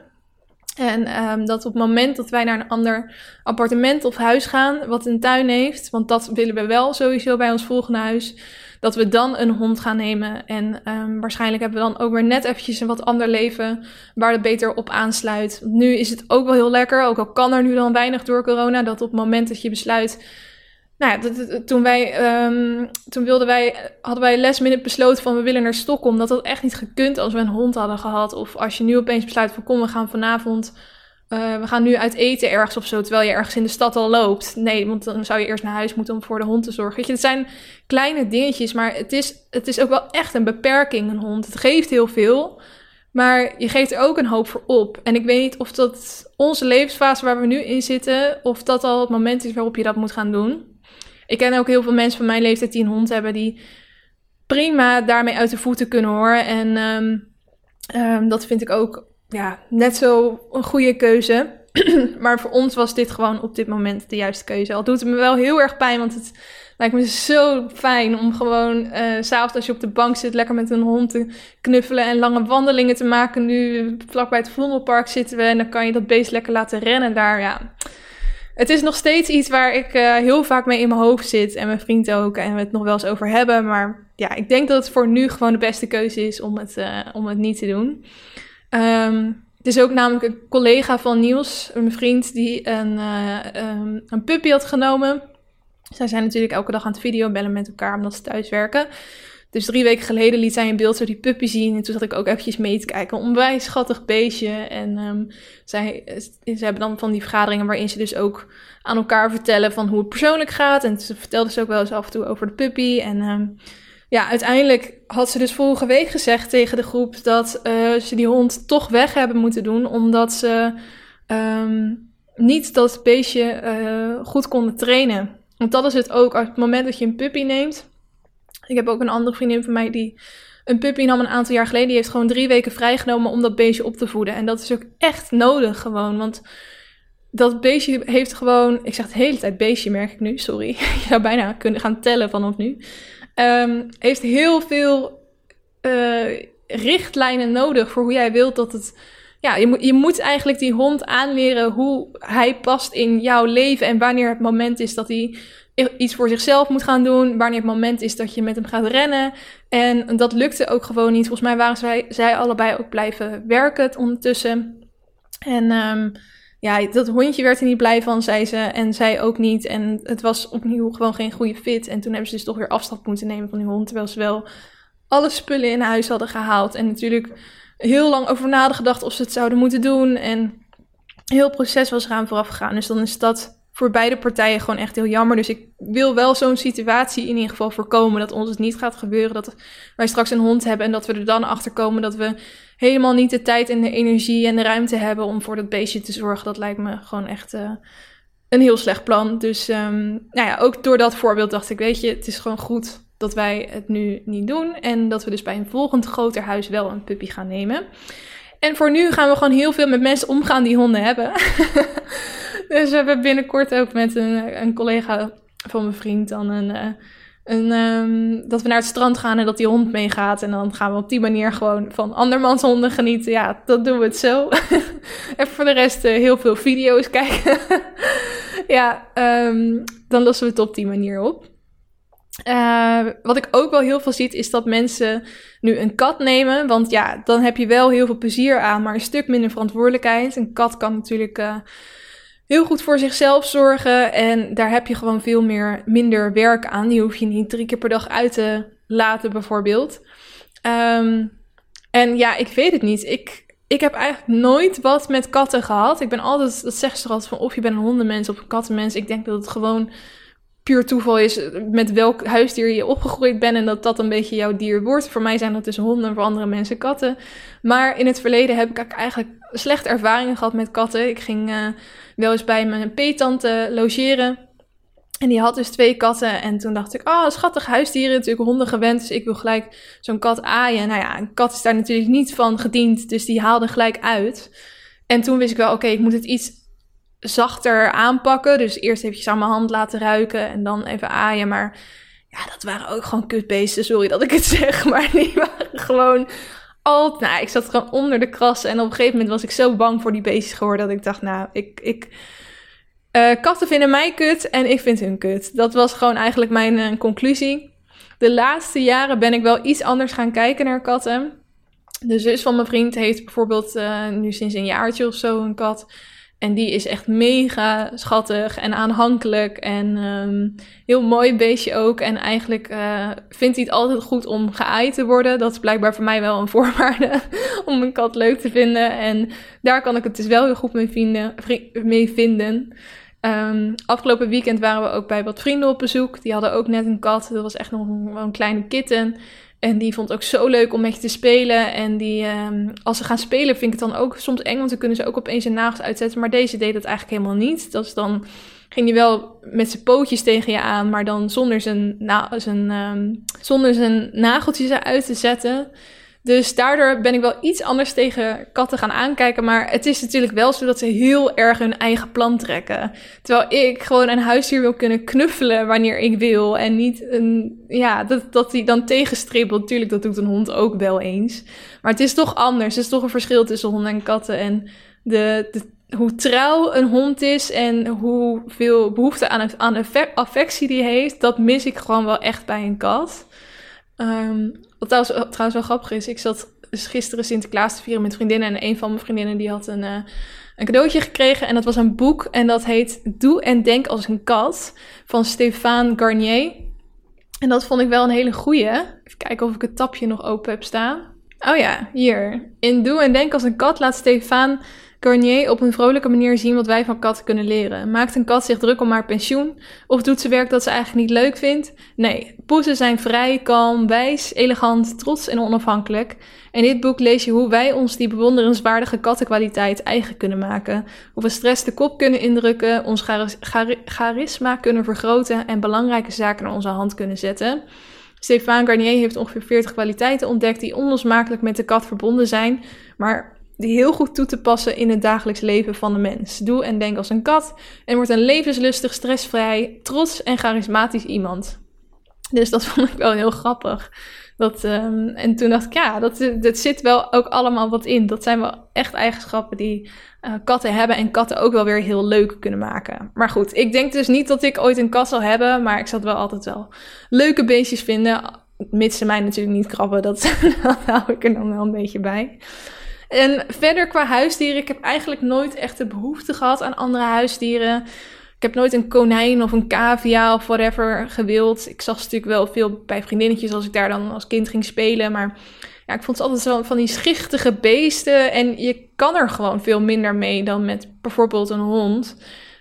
En um, dat op het moment dat wij naar een ander appartement of huis gaan, wat een tuin heeft, want dat willen we wel sowieso bij ons volgende huis, dat we dan een hond gaan nemen. En um, waarschijnlijk hebben we dan ook weer net eventjes een wat ander leven waar het beter op aansluit. Nu is het ook wel heel lekker, ook al kan er nu dan weinig door corona, dat op het moment dat je besluit, nou ja, dat, dat, toen wij, um, toen wilden wij, hadden wij last minute besloten van we willen naar Stockholm. Dat had echt niet gekund als we een hond hadden gehad. Of als je nu opeens besluit van kom, we gaan vanavond, uh, we gaan nu uit eten ergens of zo, terwijl je ergens in de stad al loopt. Nee, want dan zou je eerst naar huis moeten om voor de hond te zorgen. Weet je, het zijn kleine dingetjes, maar het is, het is ook wel echt een beperking, een hond. Het geeft heel veel, maar je geeft er ook een hoop voor op. En ik weet niet of dat onze levensfase waar we nu in zitten, of dat al het moment is waarop je dat moet gaan doen. Ik ken ook heel veel mensen van mijn leeftijd die een hond hebben die prima daarmee uit de voeten kunnen hoor. En um, um, dat vind ik ook ja, net zo een goede keuze. Maar voor ons was dit gewoon op dit moment de juiste keuze. Al doet het me wel heel erg pijn, want het lijkt me zo fijn om gewoon uh, 's avonds als je op de bank zit lekker met een hond te knuffelen en lange wandelingen te maken. Nu vlakbij het Vondelpark zitten we en dan kan je dat beest lekker laten rennen daar, ja. het is nog steeds iets waar ik uh, heel vaak mee in mijn hoofd zit. En mijn vriend ook. En we het nog wel eens over hebben. Maar ja, ik denk dat het voor nu gewoon de beste keuze is om het, uh, om het niet te doen. Um, het is ook namelijk een collega van Niels, mijn vriend, die een, uh, um, een puppy had genomen. Zij zijn natuurlijk elke dag aan het videobellen met elkaar omdat ze thuis werken. Dus drie weken geleden liet zij een beeld zo die puppy zien. En toen zat ik ook eventjes mee te kijken. Een onwijs schattig beestje. En um, zij, ze hebben dan van die vergaderingen waarin ze dus ook aan elkaar vertellen van hoe het persoonlijk gaat. En ze vertelde ze ook wel eens af en toe over de puppy. En um, ja, uiteindelijk had ze dus vorige week gezegd tegen de groep dat uh, ze die hond toch weg hebben moeten doen. Omdat ze um, niet dat beestje uh, goed konden trainen. Want dat is het ook. Op het moment dat je een puppy neemt. Ik heb ook een andere vriendin van mij die een puppy nam een aantal jaar geleden. Die heeft gewoon drie weken vrijgenomen om dat beestje op te voeden. En dat is ook echt nodig gewoon. Want dat beestje heeft gewoon... Ik zeg de hele tijd beestje, merk ik nu. Sorry. Je zou bijna kunnen gaan tellen vanaf nu. Um, heeft heel veel uh, richtlijnen nodig voor hoe jij wilt dat het... Ja, je moet, je moet eigenlijk die hond aanleren hoe hij past in jouw leven. En wanneer het moment is dat hij iets voor zichzelf moet gaan doen. Wanneer het moment is dat je met hem gaat rennen. En dat lukte ook gewoon niet. Volgens mij waren zij, zij allebei ook blijven werken ondertussen. En um, ja, dat hondje werd er niet blij van, zei ze. En zij ook niet. En het was opnieuw gewoon geen goede fit. En toen hebben ze dus toch weer afstand moeten nemen van die hond. Terwijl ze wel alle spullen in huis hadden gehaald. En natuurlijk heel lang over nagedacht of ze het zouden moeten doen. En heel proces was eraan vooraf gegaan. Dus dan is dat voor beide partijen gewoon echt heel jammer. Dus ik wil wel zo'n situatie in ieder geval voorkomen. Dat ons het niet gaat gebeuren. Dat wij straks een hond hebben. En dat we er dan achter komen dat we helemaal niet de tijd en de energie en de ruimte hebben om voor dat beestje te zorgen. Dat lijkt me gewoon echt uh, een heel slecht plan. Dus um, nou ja, ook door dat voorbeeld dacht ik, weet je, het is gewoon goed dat wij het nu niet doen. En dat we dus bij een volgend groter huis wel een puppy gaan nemen. En voor nu gaan we gewoon heel veel met mensen omgaan die honden hebben. Dus we hebben binnenkort ook met een, een collega van mijn vriend dan een, een, um, dat we naar het strand gaan en dat die hond meegaat. En dan gaan we op die manier gewoon van andermans honden genieten. Ja, dat doen we het zo. En voor de rest uh, heel veel video's kijken. Ja, um, dan lossen we het op die manier op. Uh, wat ik ook wel heel veel zie is dat mensen nu een kat nemen. Want ja, dan heb je wel heel veel plezier aan, maar een stuk minder verantwoordelijkheid. Een kat kan natuurlijk uh, heel goed voor zichzelf zorgen. En daar heb je gewoon veel meer, minder werk aan. Die hoef je niet drie keer per dag uit te laten bijvoorbeeld. Um, en ja, ik weet het niet. Ik, ik heb eigenlijk nooit wat met katten gehad. Ik ben altijd, dat zeggen ze altijd van of je bent een hondenmens of een kattenmens. Ik denk dat het gewoon puur toeval is met welk huisdier je opgegroeid bent en dat dat een beetje jouw dier wordt. Voor mij zijn dat dus honden, voor andere mensen katten. Maar in het verleden heb ik eigenlijk slechte ervaringen gehad met katten. Ik ging uh, wel eens bij mijn peetante logeren en die had dus twee katten. En toen dacht ik, ah, oh, schattig huisdieren, natuurlijk honden gewend, dus ik wil gelijk zo'n kat aaien. Nou ja, een kat is daar natuurlijk niet van gediend, dus die haalde gelijk uit. En toen wist ik wel, oké, okay, ik moet het iets zachter aanpakken. Dus eerst eventjes aan mijn hand laten ruiken en dan even aaien. Maar ja, dat waren ook gewoon kutbeesten. Sorry dat ik het zeg, maar die waren gewoon altijd... Nou, ik zat gewoon onder de krassen en op een gegeven moment was ik zo bang voor die beestjes geworden dat ik dacht, nou, ik... ik uh, katten vinden mij kut en ik vind hun kut. Dat was gewoon eigenlijk mijn uh, conclusie. De laatste jaren ben ik wel iets anders gaan kijken naar katten. De zus van mijn vriend heeft bijvoorbeeld uh, nu sinds een jaartje of zo een kat. En die is echt mega schattig en aanhankelijk en um, heel mooi beestje ook. En eigenlijk uh, vindt hij het altijd goed om geaaid te worden. Dat is blijkbaar voor mij wel een voorwaarde om een kat leuk te vinden. En daar kan ik het dus wel heel goed mee vinden. Mee vinden. Um, afgelopen weekend waren we ook bij wat vrienden op bezoek. Die hadden ook net een kat. Dat was echt nog een, een kleine kitten. En die vond het ook zo leuk om met je te spelen. En die, um, als ze gaan spelen vind ik het dan ook soms eng. Want dan kunnen ze ook opeens zijn nagels uitzetten. Maar deze deed dat eigenlijk helemaal niet. Dat is dan ging hij wel met zijn pootjes tegen je aan. Maar dan zonder zijn, na- zijn, um, zonder zijn nageltjes eruit te zetten. Dus daardoor ben ik wel iets anders tegen katten gaan aankijken. Maar het is natuurlijk wel zo dat ze heel erg hun eigen plan trekken. Terwijl ik gewoon een huisdier wil kunnen knuffelen wanneer ik wil. En niet een, ja, dat, dat die dan tegenstribbelt. Natuurlijk, dat doet een hond ook wel eens. Maar het is toch anders. Er is toch een verschil tussen honden en katten. En de, de, hoe trouw een hond is en hoeveel behoefte aan, aan affectie die heeft, dat mis ik gewoon wel echt bij een kat. Um, wat trouwens, trouwens wel grappig is, ik zat dus gisteren Sinterklaas te vieren met vriendinnen en een van mijn vriendinnen die had een, uh, een cadeautje gekregen en dat was een boek en dat heet Doe en Denk als een kat van Stéphane Garnier. En dat vond ik wel een hele goeie. Even kijken of ik het tapje nog open heb staan. Oh ja, hier. In Doe en Denk als een kat laat Stéphane Garnier op een vrolijke manier zien wat wij van katten kunnen leren. Maakt een kat zich druk om haar pensioen? Of doet ze werk dat ze eigenlijk niet leuk vindt? Nee, poezen zijn vrij, kalm, wijs, elegant, trots en onafhankelijk. In dit boek lees je hoe wij ons die bewonderenswaardige kattenkwaliteit eigen kunnen maken. Hoe we stress de kop kunnen indrukken, ons char- char- charisma kunnen vergroten en belangrijke zaken naar onze hand kunnen zetten. Stéphane Garnier heeft ongeveer veertig kwaliteiten ontdekt die onlosmakelijk met de kat verbonden zijn, maar die heel goed toe te passen in het dagelijks leven van de mens. Doe en denk als een kat en word een levenslustig, stressvrij, trots en charismatisch iemand. Dus dat vond ik wel heel grappig. Dat, um, en toen dacht ik, ja, dat, dat zit wel ook allemaal wat in. Dat zijn wel echt eigenschappen die uh, katten hebben en katten ook wel weer heel leuk kunnen maken. Maar goed, ik denk dus niet dat ik ooit een kat zal hebben, maar ik zal het wel altijd wel leuke beestjes vinden. Mits ze mij natuurlijk niet krabben, dat, dat hou ik er dan wel een beetje bij. En verder qua huisdieren, ik heb eigenlijk nooit echt de behoefte gehad aan andere huisdieren. Ik heb nooit een konijn of een cavia of whatever gewild. Ik zag ze natuurlijk wel veel bij vriendinnetjes als ik daar dan als kind ging spelen. Maar ja, ik vond ze altijd zo van die schichtige beesten. En je kan er gewoon veel minder mee dan met bijvoorbeeld een hond.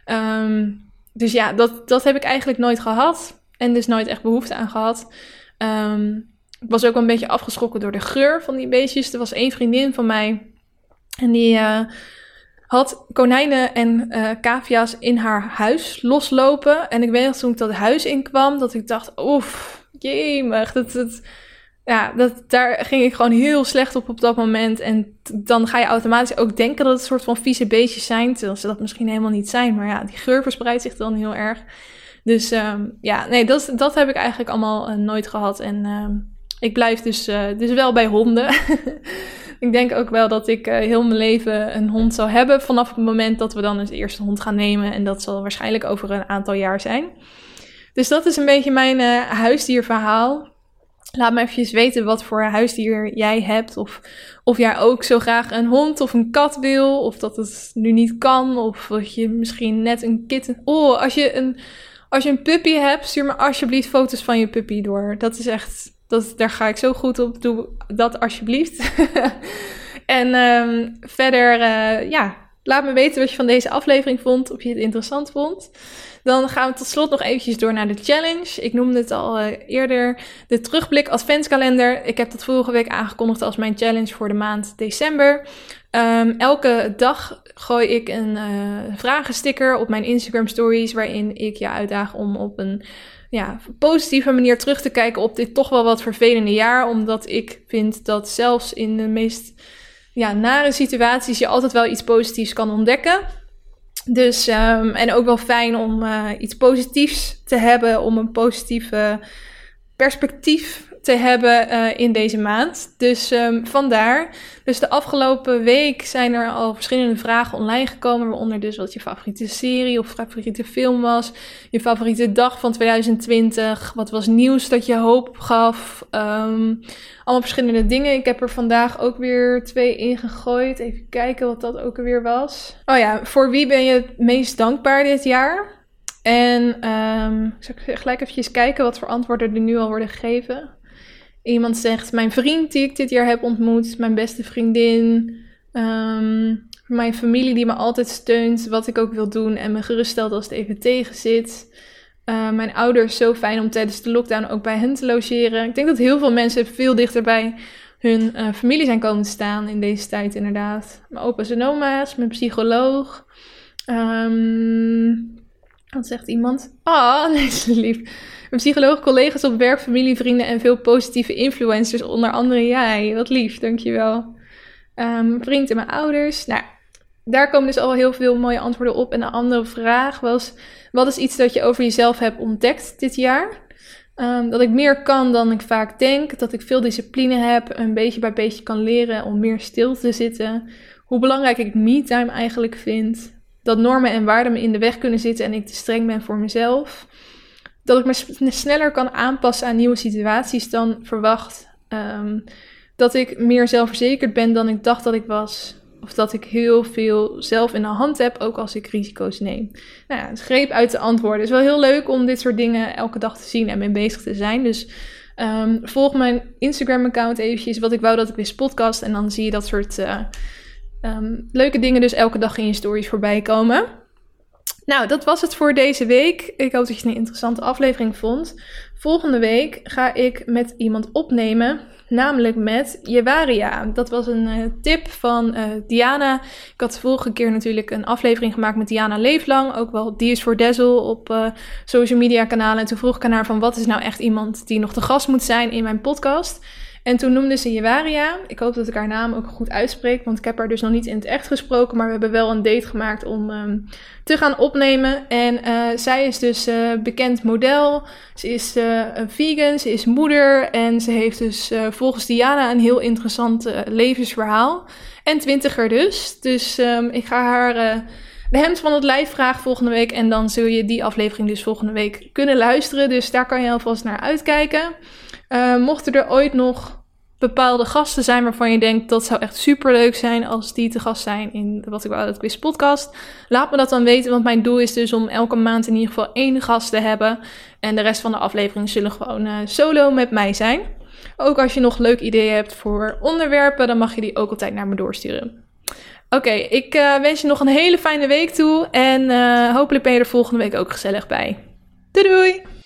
Um, dus ja, dat, dat heb ik eigenlijk nooit gehad. En dus nooit echt behoefte aan gehad. Um, ik was ook wel een beetje afgeschrokken door de geur van die beestjes. Er was één vriendin van mij en die uh, had konijnen en uh, cavia's in haar huis loslopen. En ik weet nog toen ik dat huis inkwam, dat ik dacht, oef, jemig. Dat, dat, ja, dat, daar ging ik gewoon heel slecht op op dat moment. En t- dan ga je automatisch ook denken dat het een soort van vieze beestjes zijn. Terwijl ze dat misschien helemaal niet zijn. Maar ja, die geur verspreidt zich dan heel erg. Dus um, ja, nee, dat, dat heb ik eigenlijk allemaal uh, nooit gehad. En uh, ik blijf dus, uh, dus wel bij honden. Ik denk ook wel dat ik uh, heel mijn leven een hond zou hebben vanaf het moment dat we dan eens de eerste hond gaan nemen. En dat zal waarschijnlijk over een aantal jaar zijn. Dus dat is een beetje mijn uh, huisdierverhaal. Laat me even weten wat voor huisdier jij hebt. Of, of jij ook zo graag een hond of een kat wil. Of dat het nu niet kan. Of dat je misschien net een kitten... Oh, als je een, als je een puppy hebt, stuur me alsjeblieft foto's van je puppy door. Dat is echt... Dat, daar ga ik zo goed op. Doe dat alsjeblieft. En um, verder, uh, ja, laat me weten wat je van deze aflevering vond. Of je het interessant vond. Dan gaan we tot slot nog eventjes door naar de challenge. Ik noemde het al uh, eerder. De terugblik adventskalender. Ik heb dat vorige week aangekondigd als mijn challenge voor de maand december. Um, elke dag gooi ik een uh, vragensticker op mijn Instagram stories. Waarin ik je uitdaag om op een... ja, positieve manier terug te kijken op dit toch wel wat vervelende jaar. Omdat ik vind dat zelfs in de meest ja, nare situaties je altijd wel iets positiefs kan ontdekken. Dus, um, en ook wel fijn om uh, iets positiefs te hebben, om een positieve perspectief te hebben uh, in deze maand. Dus um, vandaar. Dus de afgelopen week zijn er al verschillende vragen online gekomen, waaronder dus wat je favoriete serie of favoriete film was, je favoriete dag van twintig twintig, wat was nieuws dat je hoop gaf, um, allemaal verschillende dingen. Ik heb er vandaag ook weer twee ingegooid. Even kijken wat dat ook weer was. Oh ja, voor wie ben je het meest dankbaar dit jaar? En um, zal ik gelijk even kijken wat voor antwoorden er nu al worden gegeven. Iemand zegt, mijn vriend die ik dit jaar heb ontmoet, mijn beste vriendin, um, mijn familie die me altijd steunt, wat ik ook wil doen en me geruststelt als het even tegen zit. Uh, mijn ouders, zo fijn om tijdens de lockdown ook bij hen te logeren. Ik denk dat heel veel mensen veel dichter bij hun uh, familie zijn komen te staan in deze tijd inderdaad. Mijn opa's en oma's, mijn psycholoog. Um, wat zegt iemand? Ah, oh, nee, is lief. Mijn psycholoog, collega's op werk, familie, vrienden en veel positieve influencers. Onder andere jij. Wat lief, dankjewel. Um, mijn vriend en mijn ouders. Nou, daar komen dus al heel veel mooie antwoorden op. En een andere vraag was, wat is iets dat je over jezelf hebt ontdekt dit jaar? Um, dat ik meer kan dan ik vaak denk. Dat ik veel discipline heb. Een beetje bij beetje kan leren om meer stil te zitten. hoe belangrijk ik me-time eigenlijk vind. Dat normen en waarden me in de weg kunnen zitten en ik te streng ben voor mezelf. Dat ik me s- sneller kan aanpassen aan nieuwe situaties dan verwacht. Um, dat ik meer zelfverzekerd ben dan ik dacht dat ik was. Of dat ik heel veel zelf in de hand heb, ook als ik risico's neem. Nou ja, het greep uit de antwoorden. Het is wel heel leuk om dit soort dingen elke dag te zien en mee bezig te zijn. Dus um, volg mijn Instagram-account eventjes, wat ik wou dat ik wist podcast. En dan zie je dat soort uh, um, leuke dingen dus elke dag in je stories voorbij komen. Nou, dat was het voor deze week. Ik hoop dat je het een interessante aflevering vond. Volgende week ga ik met iemand opnemen, namelijk met Jewaria. Dat was een uh, tip van uh, Diana. Ik had de vorige keer natuurlijk een aflevering gemaakt met Diana Leeflang. Ook wel Die is voor Dazzle op uh, social media kanalen. En toen vroeg ik aan haar van wat is nou echt iemand die nog te gast moet zijn in mijn podcast. En toen noemde ze Jewaria. Ik hoop dat ik haar naam ook goed uitspreek, want ik heb haar dus nog niet in het echt gesproken. Maar we hebben wel een date gemaakt om um, te gaan opnemen. En uh, zij is dus uh, bekend model. Ze is uh, een vegan, ze is moeder. En ze heeft dus uh, volgens Diana een heel interessant uh, levensverhaal. En twintiger dus. Dus um, ik ga haar Uh, de hemd van het lijf vragen volgende week. En dan zul je die aflevering dus volgende week kunnen luisteren. Dus daar kan je alvast naar uitkijken. Uh, mochten er ooit nog bepaalde gasten zijn waarvan je denkt dat zou echt superleuk zijn als die te gast zijn in de Wat ik wou dat ik wist podcast, laat me dat dan weten, want mijn doel is dus om elke maand in ieder geval één gast te hebben. En de rest van de afleveringen zullen gewoon uh, solo met mij zijn. Ook als je nog leuk ideeën hebt voor onderwerpen, dan mag je die ook altijd naar me doorsturen. Oké, okay, ik uh, wens je nog een hele fijne week toe en uh, hopelijk ben je er volgende week ook gezellig bij. Doei doei!